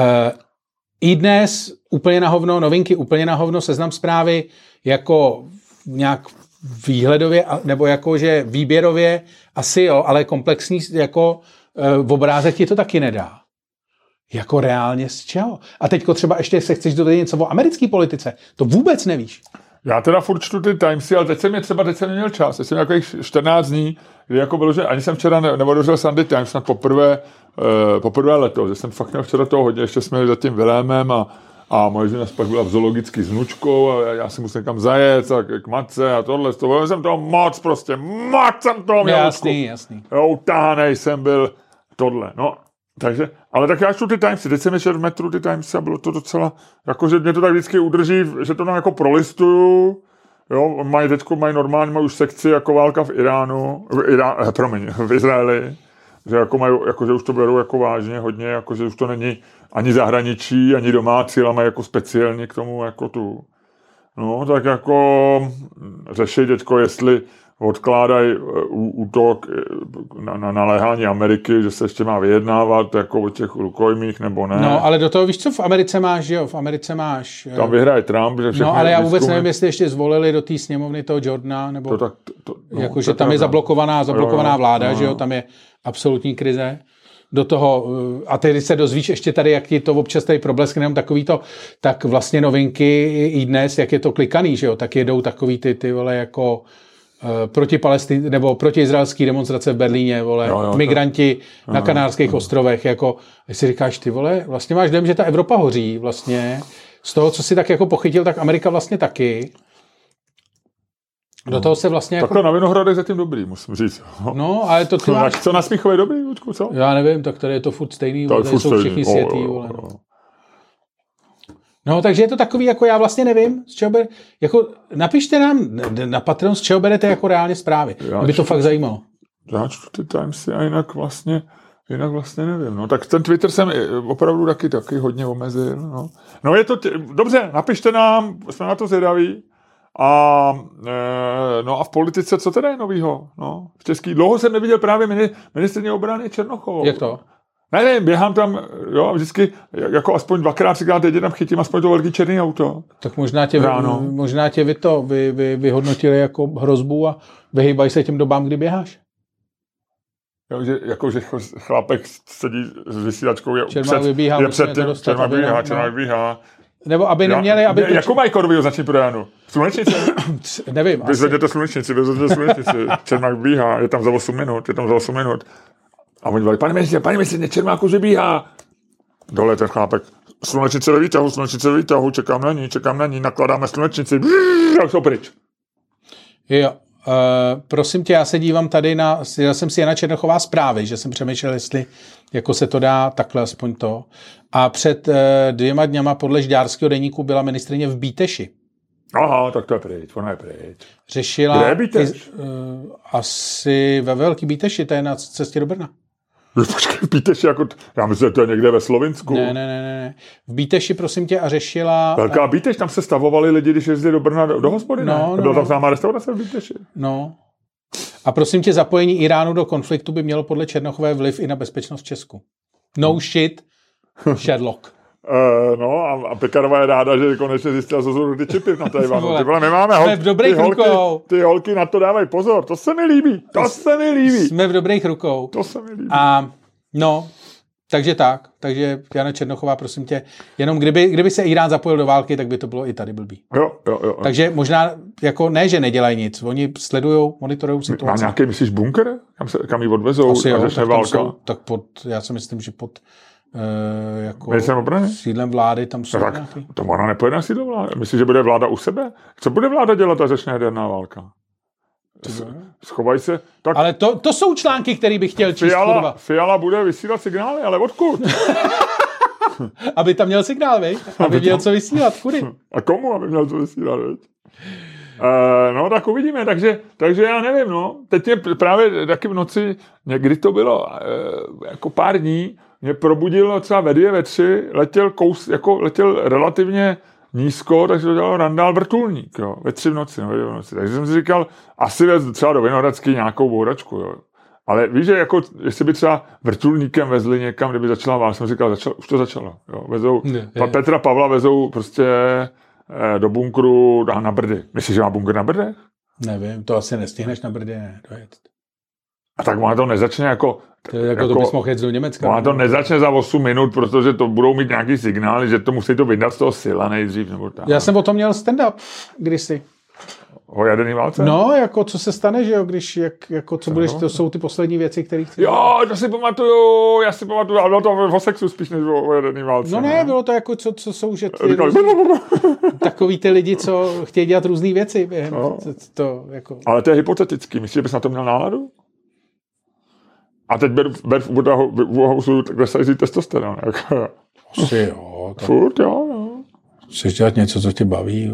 I dnes úplně na hovno, novinky úplně na hovno, Seznam Zprávy jako nějak výhledově, nebo jako že výběrově asi jo, ale komplexní jako uh, obrázek ti to taky nedá. Jako reálně z čeho? A teďko třeba ještě se chceš dozvědět něco o americké politice. To vůbec nevíš. Já teda furt čtu ty Timesy, ale teď jsem je třeba, teď jsem neměl čas. Teď jsem jako čtrnáct dní, kdy jako bylo, že ani jsem včera ne, neodevřel Sunday Times snad poprvé, uh, poprvé letos. Že jsem fakt měl včera toho hodně, ještě jsme za tím Vilémem a, a moje žena pak byla v zoologický s vnučkou a já si musel někam zajet a k matce a tohle. To jsem toho moc prostě, moc jsem toho měl. Jasný, jasný. Jo, utáhanej jsem byl tohle, no. Takže, ale tak já čtu ty Timesy, teď jsem ještě v metru ty Timesy a bylo to docela, jakože mě to tak vždycky udrží, že to tam jako prolistuju, jo, mají teďko, mají normálně, mají už sekci jako válka v Iránu, v Irán, eh, promiň, v Izraeli, že jako mají, jako, že už to berou jako vážně hodně, jako, že už to není ani zahraničí, ani domácí, ale mají jako speciálně k tomu jako tu, no, tak jako řešit teďko, jestli odkládají útok na, na naléhání Ameriky, že se ještě má vyjednávat jako o těch rukojmích, nebo ne. No, ale do toho víš, co v Americe máš, že jo? V Americe máš... Tam vyhraje Trump, že všechny... No, ale já vůbec nevím, jestli ještě zvolili do té sněmovny toho Jordana, nebo... To tak, to, to, no, jako, že tam je zablokovaná, zablokovaná vláda, jo, jo, že jo? Tam je absolutní krize. Do toho, a teď se dozvíš ještě tady, jak ti to občas tady probleskne, jenom takový to, tak vlastně novinky i dnes, jak je to klikaný, že jo? Tak jedou takový ty, ty vole, jako... proti Palestin, nebo proti izraelský demonstrace v Berlíně, vole, jo, jo, migranti to... na Kanárských ostrovech, jako, když si říkáš, ty vole, vlastně máš dojem, že ta Evropa hoří, vlastně, z toho, co si tak jako pochytil, tak Amerika vlastně taky. Do no. toho se vlastně jako... Takhle na Vinohradech zatím dobrý, musím říct. No, ale to ty máš... Co na Smíchově dobrý, Lučku, co? Já nevím, tak tady je to furt stejný, to tady jsou všichni světý, vole. No. no, takže je to takový, jako já vlastně nevím, z čeho ber... jako napište nám na Patreon, z čeho berete jako reálně zprávy. Já Mě to fakt zajímalo. Já čtu ty Timesy a jinak vlastně, jinak vlastně nevím. No, tak ten Twitter jsem opravdu taky, taky hodně omezil. No, no je to, tě... dobře, napište nám, jsme na to zvědaví. A, e, no a v politice, co teda je novýho? No, v Český. Dlouho jsem neviděl právě ministryně obrany Černochovou. Jak to? Nevím, běhám tam, jo, vždycky, jako aspoň dvakrát, třikrát týdně tam chytím aspoň to velký černý auto. Tak možná tě, vy, možná tě vy to vy, vy, vyhodnotili jako hrozbu a vyhýbají se těm dobám, kdy běháš. Jo, že, jako, že chlapek sedí s vysílačkou, je Čermák před, vybíhá, je před tím, Čermák vybíhá, Čermák vybíhá. Nebo aby neměli, aby... Ne, jakou mají korvy označení pro Jánu? Slunečnice? Nevím. Vyzvedněte slunečnici, vyzvedněte slunečnici. Čermák bíhá, je tam za osm minut, je tam za osm minut. A oni volali, pane ministře, pane ministře, Čermák už vybíhá. Dole ten chlápek, slunečnice ve výtahu, slunečnice ve výtahu, čekám na ní, čekám na ní, nakladáme slunečnici, a jsou pryč. Jo. Uh, prosím tě, já se dívám tady na, já jsem si Jana Černochová zprávy, že jsem přemýšlel, jestli jako se to dá takhle aspoň to. A před uh, dvěma dněma podle Žďárského deníku byla ministryně v Bíteši. Aha, tak to je pryč, ona je pryč. Řešila... Kde je Bíteš? Uh, asi ve Velký Bíteši, to je na cestě do Brna. Počkej, v Bíteši, jako, já myslím, že to je někde ve Slovinsku. Ne, ne, ne, ne. V Bíteši, prosím tě, a řešila... Velká Bíteš, tam se stavovali lidi, když jezdili do Brna do, do hospody, no, ne? No, byla tam známá restaurace v Bíteši. No. A prosím tě, zapojení Iránu do konfliktu by mělo podle Černochové vliv i na bezpečnost v Česku. No shit, Sherlock. Uh, no a, a Pekarová je ráda, že konečně zjistila, co jsou ty čipy na Tajvanu. Ty vole, my máme hol, v dobrých ty, holky, rukou. ty holky na to dávají pozor, to se mi líbí, to se mi líbí. Jsme v dobrých rukou. To se mi líbí. A no, takže tak, takže Jana Černochová, prosím tě, jenom kdyby, kdyby se Irán zapojil do války, tak by to bylo i tady blbý. Jo, jo, jo. Takže možná, jako ne, že nedělají nic, oni sledujou, monitorují situaci. Má nějaký, myslíš, bunkr? Kam, se, kam ji odvezou? Asi jo, tak, válka? Jsou, tak pod, já si myslím, že pod uh, jako obrany? sídlem vlády tam jsou tak, nějaký. To ona nepojede na sídlo vlády. Myslíš, že bude vláda u sebe? Co bude vláda dělat, a začne jaderná válka? Schovají se. Tak ale to, to jsou články, které bych chtěl číst. Fiala, Fiala bude vysílat signály, ale odkud? Aby tam měl signál, viď? Aby, aby měl tam... co vysílat, kudy? A komu, aby měl co vysílat, viď? Uh, no, tak uvidíme, takže, takže já nevím, no. Teď mě právě taky v noci, někdy to bylo, uh, jako pár dní, mě probudilo třeba ve dvě, ve tři, letěl kous, jako letěl relativně nízko, takže to dělal Randál vrtulník, jo, ve tři v noci, no, ve dvě v noci. Takže jsem si říkal, asi vez třeba do Vinohradský nějakou bouračku, jo. Ale víš, že jako, jestli by třeba vrtulníkem vezli někam, kdyby začala válka, jsem říkal, začal, už to začalo, jo. Vezou, ne, pa, Petra Pavla vezou prostě eh, do bunkru na Brdy. Myslíš, že má bunkr na Brdech? Nevím, to asi nestihneš na Brdy, ne, dojet. A tak ona to nezačne jako... To, jako, jako to bys mohl jet do Německa. Ona to nezačne za osm minut, protože to budou mít nějaký signály, že to musí to vydat z toho sila nejdřív. Nebo tak. Já jsem o tom měl stand-up kdysi. O jaderný válce? No, jako co se stane, že jo, když, jak, jako co, co budeš, to jsou ty poslední věci, které chci... Jo, to si pamatuju, já si pamatuju, ale bylo to o sexu spíš než o jaderný válce. No ne, ne, bylo to jako, co, co jsou, že ty Říkali, takový ty lidi, co chtějí dělat různý věci během no. to, to, jako... Ale to je hypotetický, myslíš, že bys na to měl náladu? A teď ber, ber v úvahu, kde se jezdí testosteron. Jako. Asi jo. Tak... Furt, jo, jo. Chceš dělat něco, co tě baví?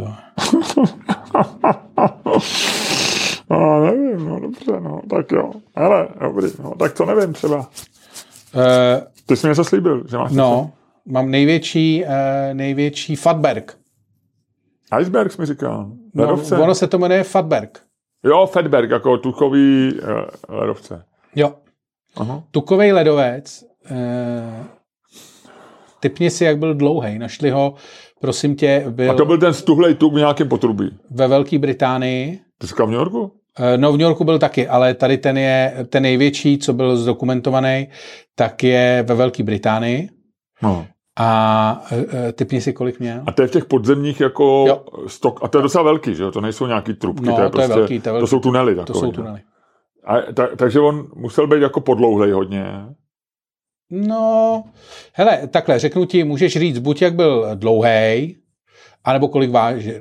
No, nevím, no dobře, no, tak jo. Hele, dobrý, no, tak to nevím třeba. Uh, Ty jsi mi něco slíbil, že máš No, něco? mám největší, uh, největší Fatberg. Iceberg jsi mi říkal. Ledovce. No, ono se to jmenuje Fatberg. Jo, Fatberg, jako tukový uh, ledovce. Jo. Aha. Tukovej ledovec. Uh, typni si, jak byl dlouhej. Našli ho, prosím tě, byl... A to byl ten stuhlej tuk v nějakém potrubí. Ve Velké Británii. Ty jsi v New Yorku? Uh, no, v New Yorku byl taky, ale tady ten je ten největší, co byl zdokumentovaný, tak je ve Velké Británii. No. A uh, typni si, kolik měl. A to je v těch podzemních jako jo. stok. A to je docela velký, že jo? To nejsou nějaký trubky. No, to, je to, prostě, je velký, to je velký. To jsou tunely takové. To jsou tunely. A, ta, takže on musel být jako podlouhlej hodně. No, hele, takhle, řeknu ti, můžeš říct, buď jak byl dlouhej, A nebo kolik vážil?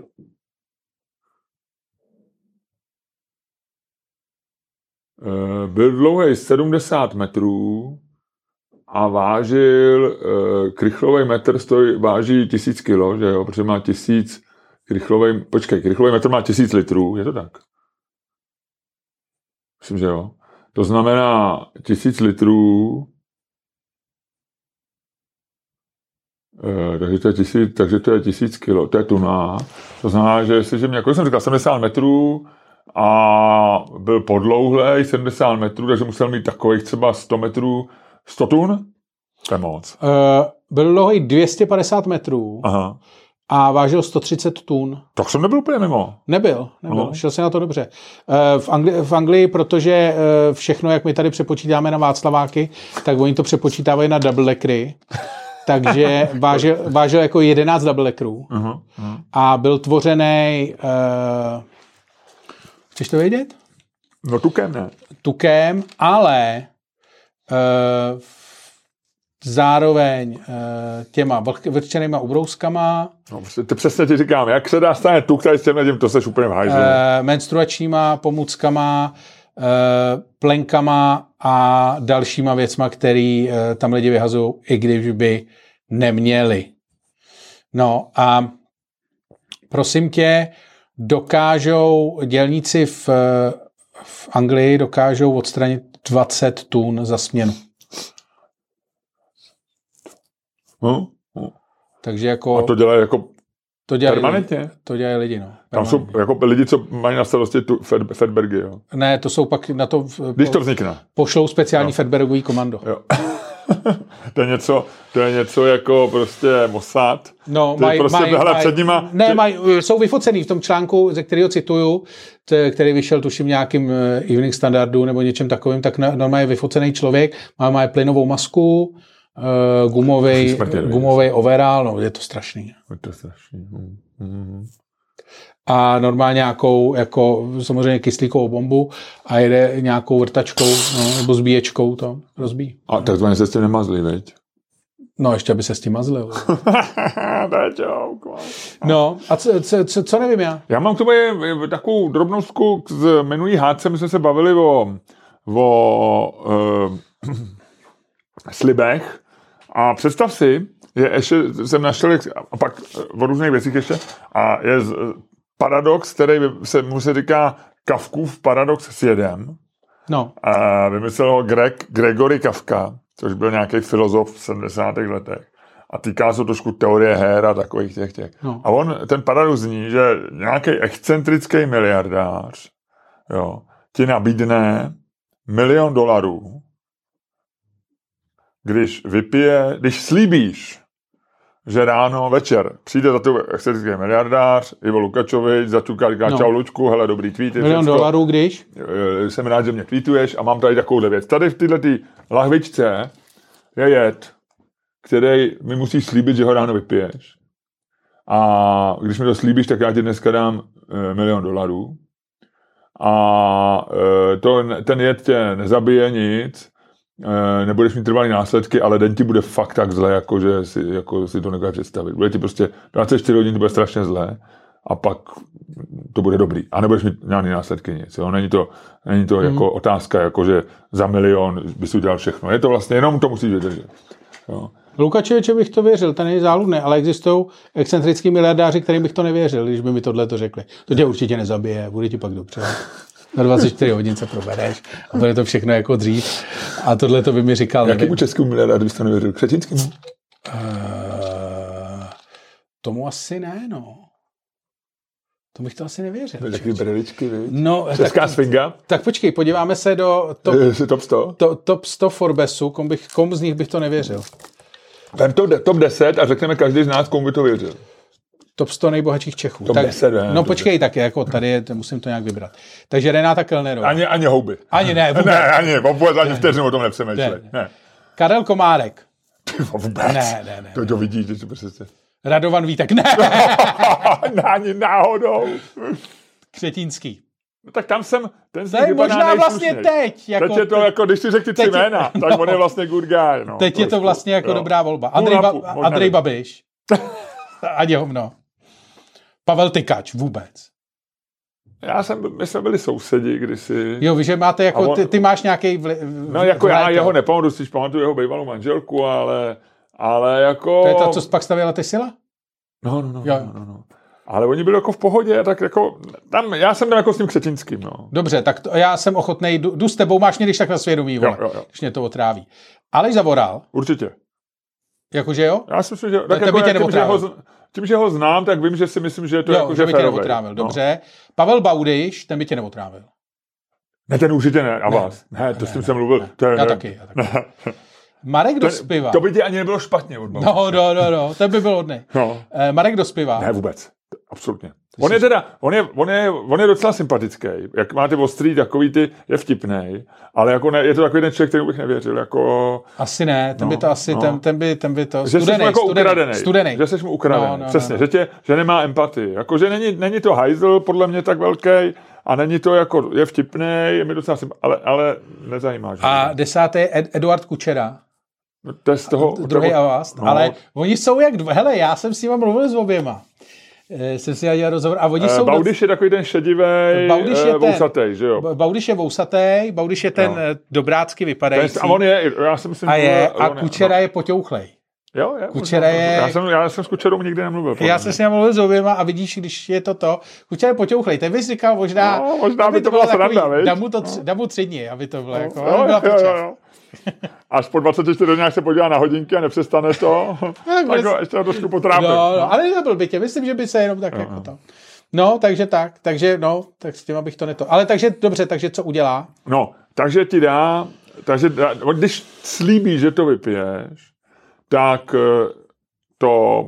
Byl dlouhý sedmdesát metrů a vážil, krychlový metr stojí, váží tisíc kilo, že jo, protože má tisíc, krychlový, počkej, krychlový metr má tisíc litrů, je to tak? Myslím, že jo. To znamená tisíc litrů, takže to je tisíc, takže to je tisíc kilo, to je tuna. To znamená, že jestliže mě, jako jsem říkal, sedmdesát metrů a byl podlouhlej sedmdesát metrů, takže musel mít takových třeba sto metrů, sto tun? To je moc. Uh, byl dlouhý dvě stě padesát metrů. Aha. A vážil sto třicet tun. Tak jsem nebyl úplně mimo. Nebyl, nebyl. Uh-huh. Šel se na to dobře. Uh, v, Angli- v Anglii, protože uh, všechno, jak my tady přepočítáme na Václaváky, tak oni to přepočítávají na double deckery. Takže vážil, vážil jako jedenáct double deckerů. Uh-huh. Uh-huh. A byl tvořený... Uh, chceš to vědět? No tukem, ne? Tukem, ale uh, zároveň uh, těma vlhčenýma ubrouskama. No, to přesně ti říkám, jak se dá stane tuk tady s těmhle tím, to seš úplně v hajzlu. Uh, menstruačníma pomůckama, uh, plenkama a dalšíma věcma, který uh, tam lidi vyhazují, i když by neměli. No a prosím tě, dokážou dělníci v, v Anglii dokážou odstranit dvacet tun za směnu. No, no. Takže jako... A to dělají jako to dělají permanentně? Lidi, to dělají lidi, no. Tam jsou jako lidi, co mají na starosti tu Fedbergy, jo? Ne, to jsou pak na to... Když to vznikne. Pošlou speciální no. Fedbergový komando. Jo. to, je něco, to je něco jako prostě Mossad. No, maj, prostě maj, maj, před nima, ne, ty... maj, jsou vyfocený v tom článku, ze kterého cituju, t, který vyšel tuším nějakým Evening Standardu nebo něčem takovým, tak normálně je vyfocený člověk, má, má plynovou masku, uh, gumovej, gumovej overall, no, je to strašný. Je to strašný. Mm-hmm. A normálně nějakou, jako samozřejmě kyslíkovou bombu a jede nějakou vrtačkou, no, nebo zbíječkou to rozbíjí. A takzvaně se s tím nemazlí, veď? No, ještě aby se s tím mazlil. To je joke. No, a co, co, co, co nevím já? Já mám k tomu je, je, takovou drobnostku z minulý hádce, my jsme se bavili o, o uh, slibech a představ si, je ještě, jsem našel, a pak o různých věcích ještě, a je z, paradox, který se mu se říká Kafkův paradox s jedem. No. A vymyslel ho Greg, Gregory Kafka, což byl nějaký filozof v sedmdesátých letech. A týká se trošku teorie her a takových těch těch. No. A on, ten paradox zní, že nějaký excentrický miliardář, jo, ti nabídne milion dolarů, když vypije, když slíbíš, že ráno, večer přijde za tebe excentrický miliardář, Ivo Lukačovič, začuká, říká no. Čau Lučku, hele, dobrý tweety. Milion všecko. Dolarů, když? Jsem rád, že mě tweetuješ a mám tady takovouhle věc. Tady v této lahvičce je jed, který mi musíš slíbit, že ho ráno vypiješ. A když mi to slíbíš, tak já ti dneska dám e, milion dolarů. A e, to, ten jed tě nezabije nic, e, nebudeš mít trvalý následky, ale den ti bude fakt tak zle, jako že si, jako si to nekáže představit. Bude ti prostě dvacet čtyři hodin, to bude strašně zlé a pak to bude dobrý. A nebudeš mít žádný následky nic. Jo? Není to, není to hmm. jako otázka, jako že za milion bys udělal všechno. Je to vlastně, jenom to musíš vydržet. Jo? Lukačeviče bych to věřil, ten je záludný, ale existují excentrický miliardáři, kterým bych to nevěřil, když by mi tohle to řekli. To tě určitě nezabije, bude ti pak dobře. Na dvacet čtyři hodin se probereš a bude to všechno jako dřív. A tohle to by mi říkal. Jakému českému miliardáři bys to nevěřil? Křetinskému? Uh, tomu asi ne, no. To bych to asi nevěřil. To je takový breličky, víš? No, česká tak, sfinga? Tak počkej, podíváme se do top, top sto? To, top sto Forbesu, komu, bych, komu z nich bych to nevěřil. Vem to top deset a řekneme každý z nás, komu by to věřil. Top sto nejbohatších Čechů. Top tak, deset, ne, no počkej, tak jako tady je, musím to nějak vybrat. Takže Renáta Kellnerová. Ani, ani houby. Ani ne, vůbec. Ne, ani, vůbec, ani vteřinu o tom nepřemýšlej. Ne, ne. ne. Karel Komárek. Vůbec. Ne, ne, ne. To, to vidíš, že to prostě... Radovan Vítek, ne. Ani náhodou. Křetínský. No tak tam jsem, ten z nich vypadá možná vlastně teď. Jako teď je to, jako, když si řekl ty tři jména, no. tak on je vlastně good guy. No, teď prostě, je to vlastně jako jo. dobrá volba. Andrej, ba- Andrej Babiš. Ani hovno. Pavel Tykač vůbec. Já jsem, my jsme byli sousedi kdysi. Jo, vy, že máte jako, on, ty, ty máš nějaký vli, no jako já jeho nepamatuju, si pamatuju jeho bývalou manželku, ale, ale jako... To je ta, co pak stavěla ty Sila? No, no, no, no, no, no. Ale oni byli jako v pohodě, tak jako, tam, já jsem tam jako s tím Křetínským, no. Dobře, tak to, já jsem ochotnej, jdu, jdu s tebou, máš mě když tak na svědomí, vole, jo, jo, jo. Když mě to otráví. Aleš Zavoral? Určitě. Jakože jo? Já si myslím, že, tak jako, tím, že ho, tím, že ho znám, tak vím, že si myslím, že je to jo, jako, že, že by tě neotrávil, no. Dobře. Pavel Baudyš, ten by tě neotrávil. Ne, ten určitě ne, a vás. Ne, ne to ne, s tím ne, jsem mluvil. Ne. To je, já, ne. Taky, já taky. Ne. Marek Dospiva. To by ti ani nebylo špatně od Baudyše. No, no, no, no, ten by byl hodnej. No. Eh, Marek Dospiva. Ne, vůbec. Absolutně. On je teda, on je, on je, on je docela sympatický. Jak máte ostrý, takový ty, je vtipnej, ale jako ne, je to takový ten člověk, který bych nevěřil, jako... Asi ne, ten no, by to asi, no. ten, ten, by, ten by to... Že studenej, jsi mu jako studenej, ukradenej. Studenej. Že jsi mu ukradenej, no, no, přesně. No, no. Že, tě, že nemá empatii. Jako, že není, není to hajzl, podle mě tak velký, a není to jako, je vtipnej, je mi docela sympatický, ale, ale nezajímá. Že a desátý je Ed, Eduard Kučera. No, to je z toho... Druhý avast, no. Ale oni jsou jak... Hele, já jsem s nima mluvil s oběma. Jsem si dělal rozhovor a oni jsou... Baudyš je takový ten šedivej, uh, vousatej, že jo? Baudyš je vousatej, Baudyš je ten no. dobrácky vypadající. A on je, já si myslím... A, je, a on Kučera je, no. je poťouchlej. Jo, je. Kučera je... Já jsem, já jsem s Kučerou nikdy nemluvil. Já jsem s ním mluvil s oběma a vidíš, když je to to. Kučera je poťouchlej. Ten bys říkal, možná... No, možná by to byla sranda, viď? Dám mu, to tři, dám mu tři dny, aby to bylo no, jako... Jo, jo, jo, jo. Až po dvacet čtyři hodinách se podívá na hodinky a nepřestane to, tak ho ještě trošku potrápil. No, no, ale nebyl by tě, myslím, že by se jenom tak no, jako no. to. No, takže tak, takže no, tak s těma bych to neto. Ale takže dobře, takže co udělá? No, takže ti dá, takže dá, když slíbí, že to vypiješ, tak to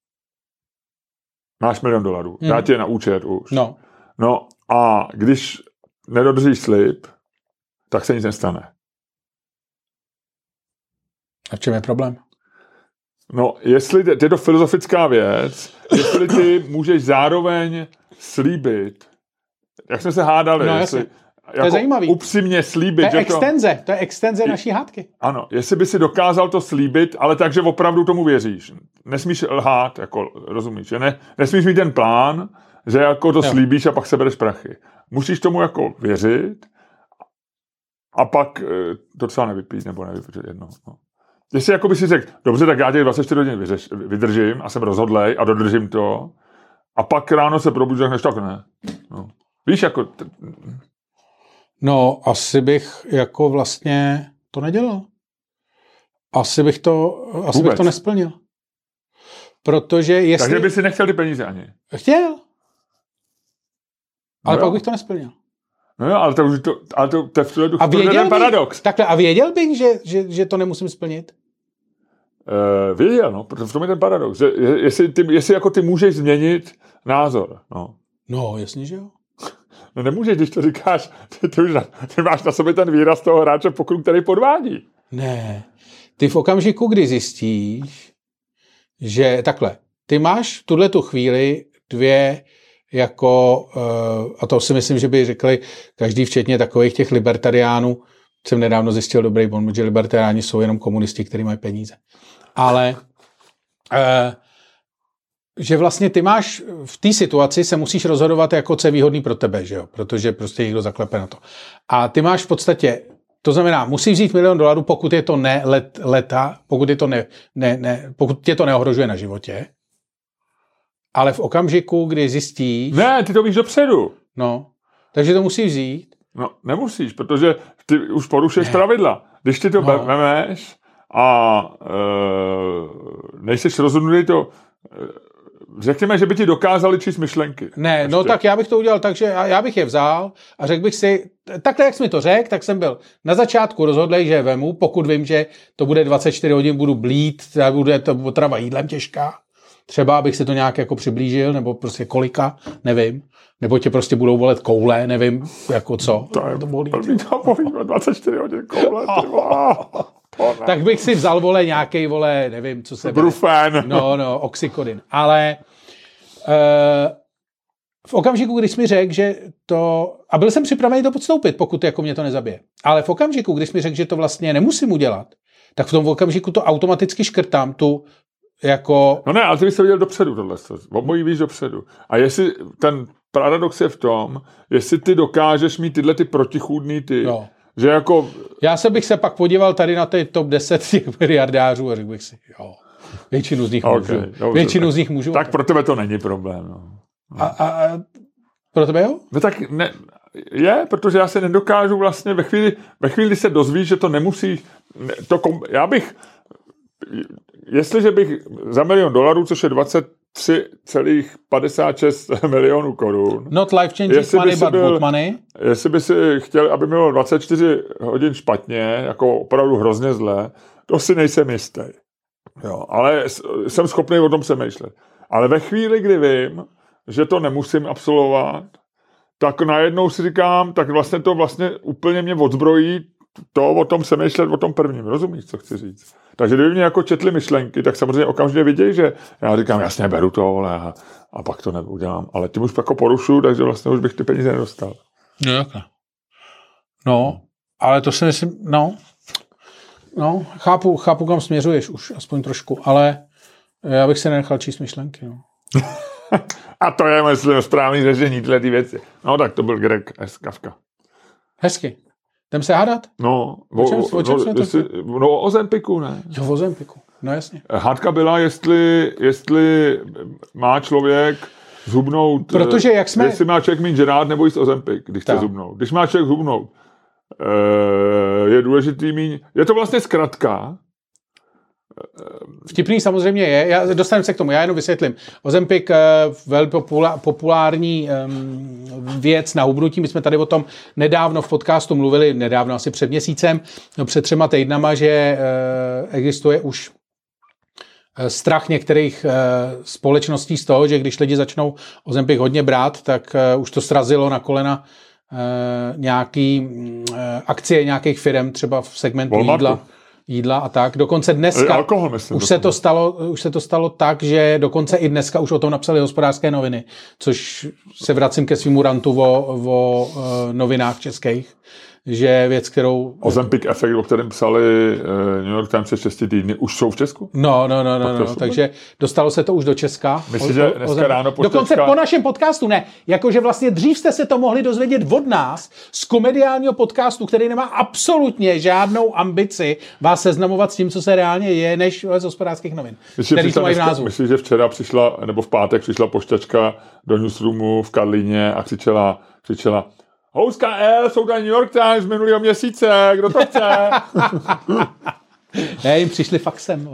máš milion dolarů. Hmm. Dá tě na účet už. No. No a když nedodržíš slib, tak se nic nestane. A v čem je problém? No, jestli, to je to filozofická věc, jestli ty můžeš zároveň slíbit, jak jsme se hádali, no, jestli, to jako je zajímavý. Upřímně slíbit. To je extenze, to, to je extenze je, naší hádky. Ano, jestli by si dokázal to slíbit, ale tak, že opravdu tomu věříš. Nesmíš lhát, jako rozumíš, že ne, nesmíš mít ten plán, že jako to jo. slíbíš a pak sebereš prachy. Musíš tomu jako věřit a pak to třeba nevypít, nebo nevypít jedno. No. Jestli jako by si řekl, dobře, tak já těch dvacet čtyři hodin vyřeš, vydržím a jsem rozhodlej a dodržím to a pak ráno se probudíš, než tak ne. No. Víš, jako... T- no, asi bych jako vlastně to nedělal. Asi bych to, asi bych to nesplnil. Protože jestli... Takže by si nechtěl ty peníze ani. Chtěl. Ale no pak bych to nesplnil. No jo, ale to už to, ale to, to, to, to, to je ten paradox. Takhle, a věděl bych, že, že, že to nemusím splnit? Uh, věděl, no, protože v tom je ten paradox. Že, jestli, ty, jestli jako ty můžeš změnit názor, no. No, jasně, že jo. No nemůžeš, když to říkáš, ty, ty, už na, ty máš na sobě ten výraz toho hráče pokrů, který podvádí. Ne, ty v okamžiku, kdy zjistíš, že takhle, ty máš v tuhletu chvíli dvě jako, uh, a to si myslím, že by řekli každý, včetně takových těch libertariánů, jsem nedávno zjistil dobrý bon, že libertariáni jsou jenom komunisti, kteří mají peníze. Ale uh, že vlastně ty máš v té situaci se musíš rozhodovat, jako co je výhodný pro tebe, že jo? Protože prostě někdo zaklepe na to. A ty máš v podstatě, to znamená, musíš vzít milion dolarů, pokud je to ne let, leta, pokud je to ne, ne, ne, pokud tě to neohrožuje na životě. Ale v okamžiku, kdy zjistíš... Ne, ty to víš dopředu. No, takže to musíš vzít. No, nemusíš, protože ty už porušuješ pravidla. Když ty to no. vemeš a e, nejseš rozhodnutý to... E, řekněme, že by ti dokázali číst myšlenky. Ne, ještě. No tak já bych to udělal tak, že já bych je vzal a řekl bych si... Takhle, jak jsi mi to řekl, tak jsem byl na začátku rozhodlej, že je vemu, pokud vím, že to bude dvacet čtyři hodin, budu blít, bude to potrava jídlem těžká. Třeba abych se to nějak jako přiblížil, nebo prostě kolika, nevím. Nebo tě prostě budou bolet koule, nevím, jako co. To je to bolí. To bolí dvacet čtyři hodin koule. Tak bych si vzal, vole, nějakej, vole, nevím, co se... Brufen. No, no, oxykodin. Ale uh, v okamžiku, když jsi mi řekl, že to... A byl jsem připravený to podstoupit, pokud jako mě to nezabije. Ale v okamžiku, když jsi mi řekl, že to vlastně nemusím udělat, tak v tom okamžiku to automaticky škrtám tu jako... No ne, ale ty bys to viděl dopředu tohle. Obojí víš dopředu. A jestli ten paradox je v tom, jestli ty dokážeš mít tyhle ty protichůdný ty, no. že jako... Já se bych se pak podíval tady na ty top deset těch miliardářů a řekl bych si, jo, většinu z nich okay, můžu. Dobře, většinu tak, z nich můžu. Tak pro tebe to není problém. No. A, a, a pro tebe jo? No tak ne, je, protože já se nedokážu vlastně ve chvíli, ve chvíli se dozvíš, že to nemusí, ne, to kom, já bych, jestliže bych za milion dolarů, což je dvacet tři celá padesát šest milionů korun. Not life changing money, but byl, good money. Jestli by si chtěl, aby bylo dvacet čtyři hodin špatně, jako opravdu hrozně zlé, to si nejsem jistý. Jo, ale jsem schopný o tom přemýšlet. Ale ve chvíli, kdy vím, že to nemusím absolvovat, tak najednou si říkám, tak vlastně to vlastně úplně mě odzbrojí to o tom přemýšlet, o tom prvním. Rozumíš, co chci říct? Takže kdyby mě jako četli myšlenky, tak samozřejmě okamžitě vidějí, že já říkám, jasně, beru to, vole, a, a pak to neudělám. Ale tím už jako porušuju, takže vlastně už bych ty peníze nedostal. No, jakhle. No, ale to si myslím, no, no, chápu, chápu, kam směřuješ už, aspoň trošku, ale já bych se nenechal číst myšlenky, no. A to je, myslím, správný řešení tyhle ty věci. No tak to byl Greg S. Kafka. Hezky. Jdem se hádat? No, o čem, o čem no, jestli, no o Ozempiku, ne? Jo, o Ozempiku, no jasně. Hádka byla, jestli, jestli má člověk zhubnout, protože jak jsme... jestli má člověk mít žrát nebo jíst Ozempik, když chce zhubnout. Když má člověk zhubnout, je důležitý mít, je to vlastně zkratka. Vtipný samozřejmě je, já dostaneme se k tomu, já jenom vysvětlím. Ozempik, velmi populární věc na hubnutí, my jsme tady o tom nedávno v podcastu mluvili, nedávno asi před měsícem, no před třema týdnama, že existuje už strach některých společností z toho, že když lidi začnou Ozempik hodně brát, tak už to srazilo na kolena nějaký akcie nějakých firm, třeba v segmentu Walmartu. jídla. jídla a tak. Dokonce dneska alkohol, myslím, už, se to stalo, už se to stalo tak, že dokonce i dneska už o tom napsali Hospodářské noviny, což se vracím ke svýmu rantu o, o uh, novinách českých, že věc, kterou... Ozempic efekt, o kterém psali uh, New York Times před šesti týdny, už jsou v Česku? No, no, no, no, no. Takže dostalo se to už do Česka. Myslím, že dneska Ozempic. Ráno poštečka... Dokonce po našem podcastu, ne. Jakože vlastně dřív jste se to mohli dozvědět od nás z komediálního podcastu, který nemá absolutně žádnou ambici vás seznamovat s tím, co se reálně je, než z Hospodářských novin. Myslím, který to mají v názvu. Myslím, že včera přišla, nebo v pátek přišla pošťačka do newsroomu v Karlíně a křičela, křičela Houska L, jsou tady New York Times z minulého měsíce, kdo to chce? Ne, jim přišli faxem.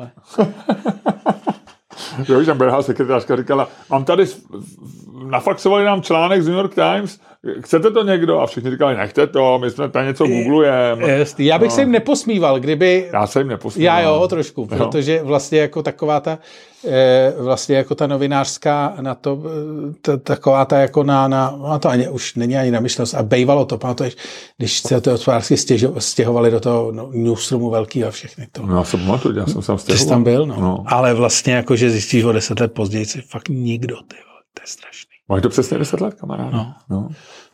Jo, tam běhá sekretářka, říkala, mám tady, nafaxovali nám článek z New York Times, chcete to někdo? A všichni říkali, nechte to, my jsme tady něco googlujeme. Já bych no. se jim neposmíval, kdyby... Já se jim neposmíval. Já jo, trošku, jo. Protože vlastně jako taková ta, vlastně jako ta novinářská na to, ta, taková ta jako na, na, na to ani, už není ani namyšlenost a bejvalo to, pamatuješ, když se to hospodářsky stěhovali do toho no, newsroomu velký a všechny to. No já jsem pamatuju, já jsem tam stěhoval. Ty jsi tam byl, no. no. Ale vlastně jako, že zjistíš o deset let později, si fakt nikdo, ty vole, to je strašný. Máš to přesně deset let, kamarád. No. no.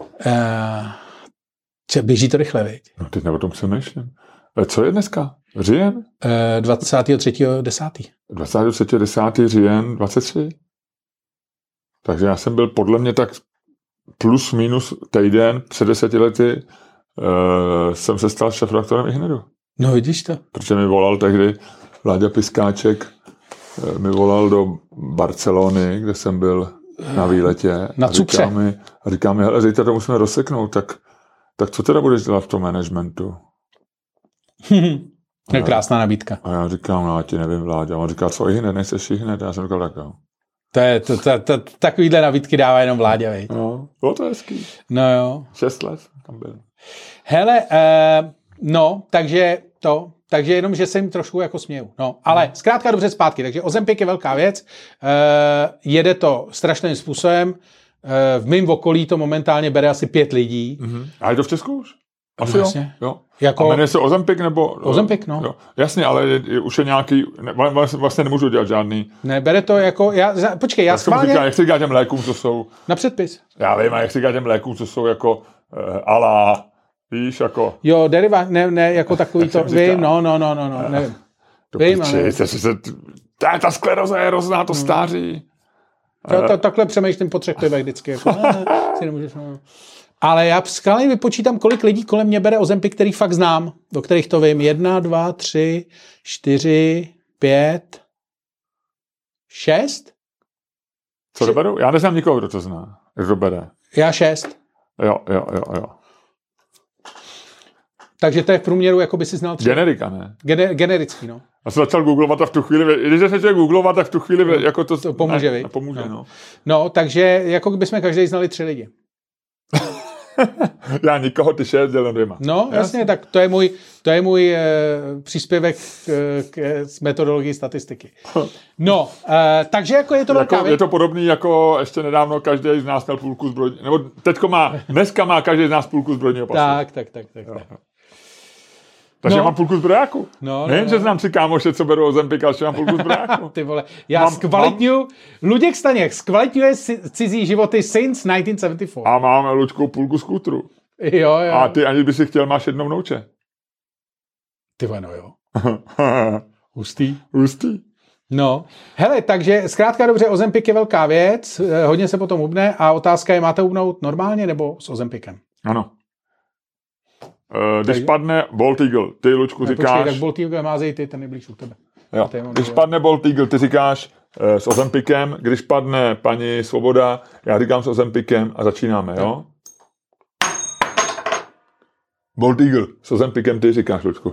Uh, běží to rychle, viď? No teď o tom přemýšlím. Co je dneska? Říjen? Uh, dvacátého třetího desátého dvacátého třetího desátého říjen dvacet tři. Takže já jsem byl podle mě tak plus minus týden před deseti lety uh, jsem se stal šéfredaktorem iHnedu. No vidíš to. Protože mi volal tehdy Láďa Piskáček, uh, mi volal do Barcelony, kde jsem byl na výletě. Na a říká cukře. mi, a říká mi, hele, zítra to musíme rozseknout, tak, tak co teda budeš dělat v tom managementu? To je krásná nabídka. A já říkám, no, já ti nevím, Vláďa. A on říká, co ihned, nejseš ihned? A já jsem říkal, tak jo. To je, to, to, to, takovýhle nabídky dává jenom Vláďa, veď. No, bylo to hezký. No jo. Šest let tam byl. Hele, uh, no, takže to, takže jenom, že se jim trošku jako směju. No, ale zkrátka dobře zpátky, takže Ozempic je velká věc, uh, jede to strašným způsobem, uh, v mém okolí to momentálně bere asi pět lidí. Mm-hmm. A je to v Česku už? Asi no, jo. jo. Jako... A jmenuje se Ozempic nebo... Ozempic, no. Jo. Jasně, ale je, je, už je nějaký... Ne, vlastně nemůžu dělat žádný... Ne, bere to jako... Já, počkej, já schválně... Říká, jak si říká těm lékům, co jsou... Na předpis. Já vím, a jak si říká těm lékům, co jsou jako uh, alá, víš, jako... Jo, deriva, ne, ne, jako takový to... Vím, no, no, no, no, no, nevím. Do Vím, piči, ale... se, se, se, ta, ta skleroza je hrozná, to hmm. stáří. Já to, takhle přemýšlím po třech pivech vždycky. Jako, si nemůžeš, no. Ale já skvěle vypočítám, kolik lidí kolem mě bere Ozempic, který fakt znám, do kterých to vím. Jedna, dva, tři, čtyři, pět, šest? Co to berou? Já neznám nikoho, kdo to zná. Kdo bere. Já šest. Jo, jo, jo, jo. Takže to je v průměru, jako by si znal třeba. Generika, ne? Gener, generický, no. Já jsem začal googlovat a v tu chvíli, když se začal googlovat, tak v tu chvíli, no, jako to... To pomůže, ne, pomůže, no. no. No, takže jako bychom každý znali tři lidi. Já nikoho, ty šest, dělám dvěma. No, jasně, jasně, tak to je můj, to je můj e, příspěvek k, k, z metodologii statistiky. No, e, takže jako je to velká jako, věc. Je to podobný jako ještě nedávno každý z nás měl půlku zbrojního, nebo teďko má, dneska má každý z nás půlku zbrojního pasu. Tak, tak, tak, tak. tak. Takže no. já mám půlku zbrojáku. No, Nejen, no, že no. znám si kámoše, co berou Ozempic, ale že mám půlku zbrojáku. Ty vole, já mám, zkvalitňuju, mám... Luděk Staněk zkvalitňuje cizí životy since devatenáct set sedmdesát čtyři. A mám, Luďku, půlku skútru. Jo, jo. A ty, ani by si chtěl, máš jednou vnouče. Ty vole, no jo. Hustý. Hustý. No, hele, takže zkrátka dobře, Ozempic je velká věc, hodně se potom hubne a otázka je, máte hubnout normálně nebo s Ozempicem? Ano. Uh, když padne Bolt Eagle, ty, Lučku, ne, říkáš... Počkej, tak Bolt Eagle mázej ty, ten nejblíž u tebe. Jo. Když padne Bolt Eagle, ty říkáš uh, s Ozempicem, když padne paní Svoboda, já říkám s Ozempicem a začínáme, jo? jo? Bolt Eagle, s Ozempicem ty říkáš, Lučku.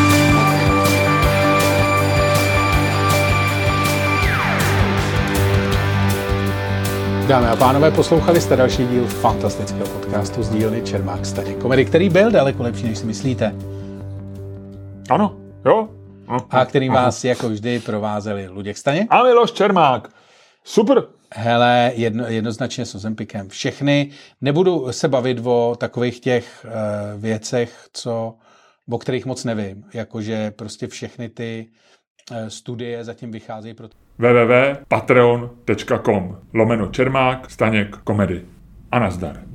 Dámy a pánové, poslouchali jste další díl fantastického podcastu z dílny Čermák Staněk Komedy, který byl daleko lepší, než si myslíte. Ano, jo. No, a kterým aha. vás jako vždy provázeli Luděk Staněk a Miloš Čermák. Super. Hele, jedno, jednoznačně s Ozempicem. Všechny, nebudu se bavit o takových těch uh, věcech, co, o kterých moc nevím. Jakože prostě všechny ty uh, studie zatím vycházejí pro... w w w tečka patreon tečka com lomeno Čermák Staněk Komedy. A nazdar.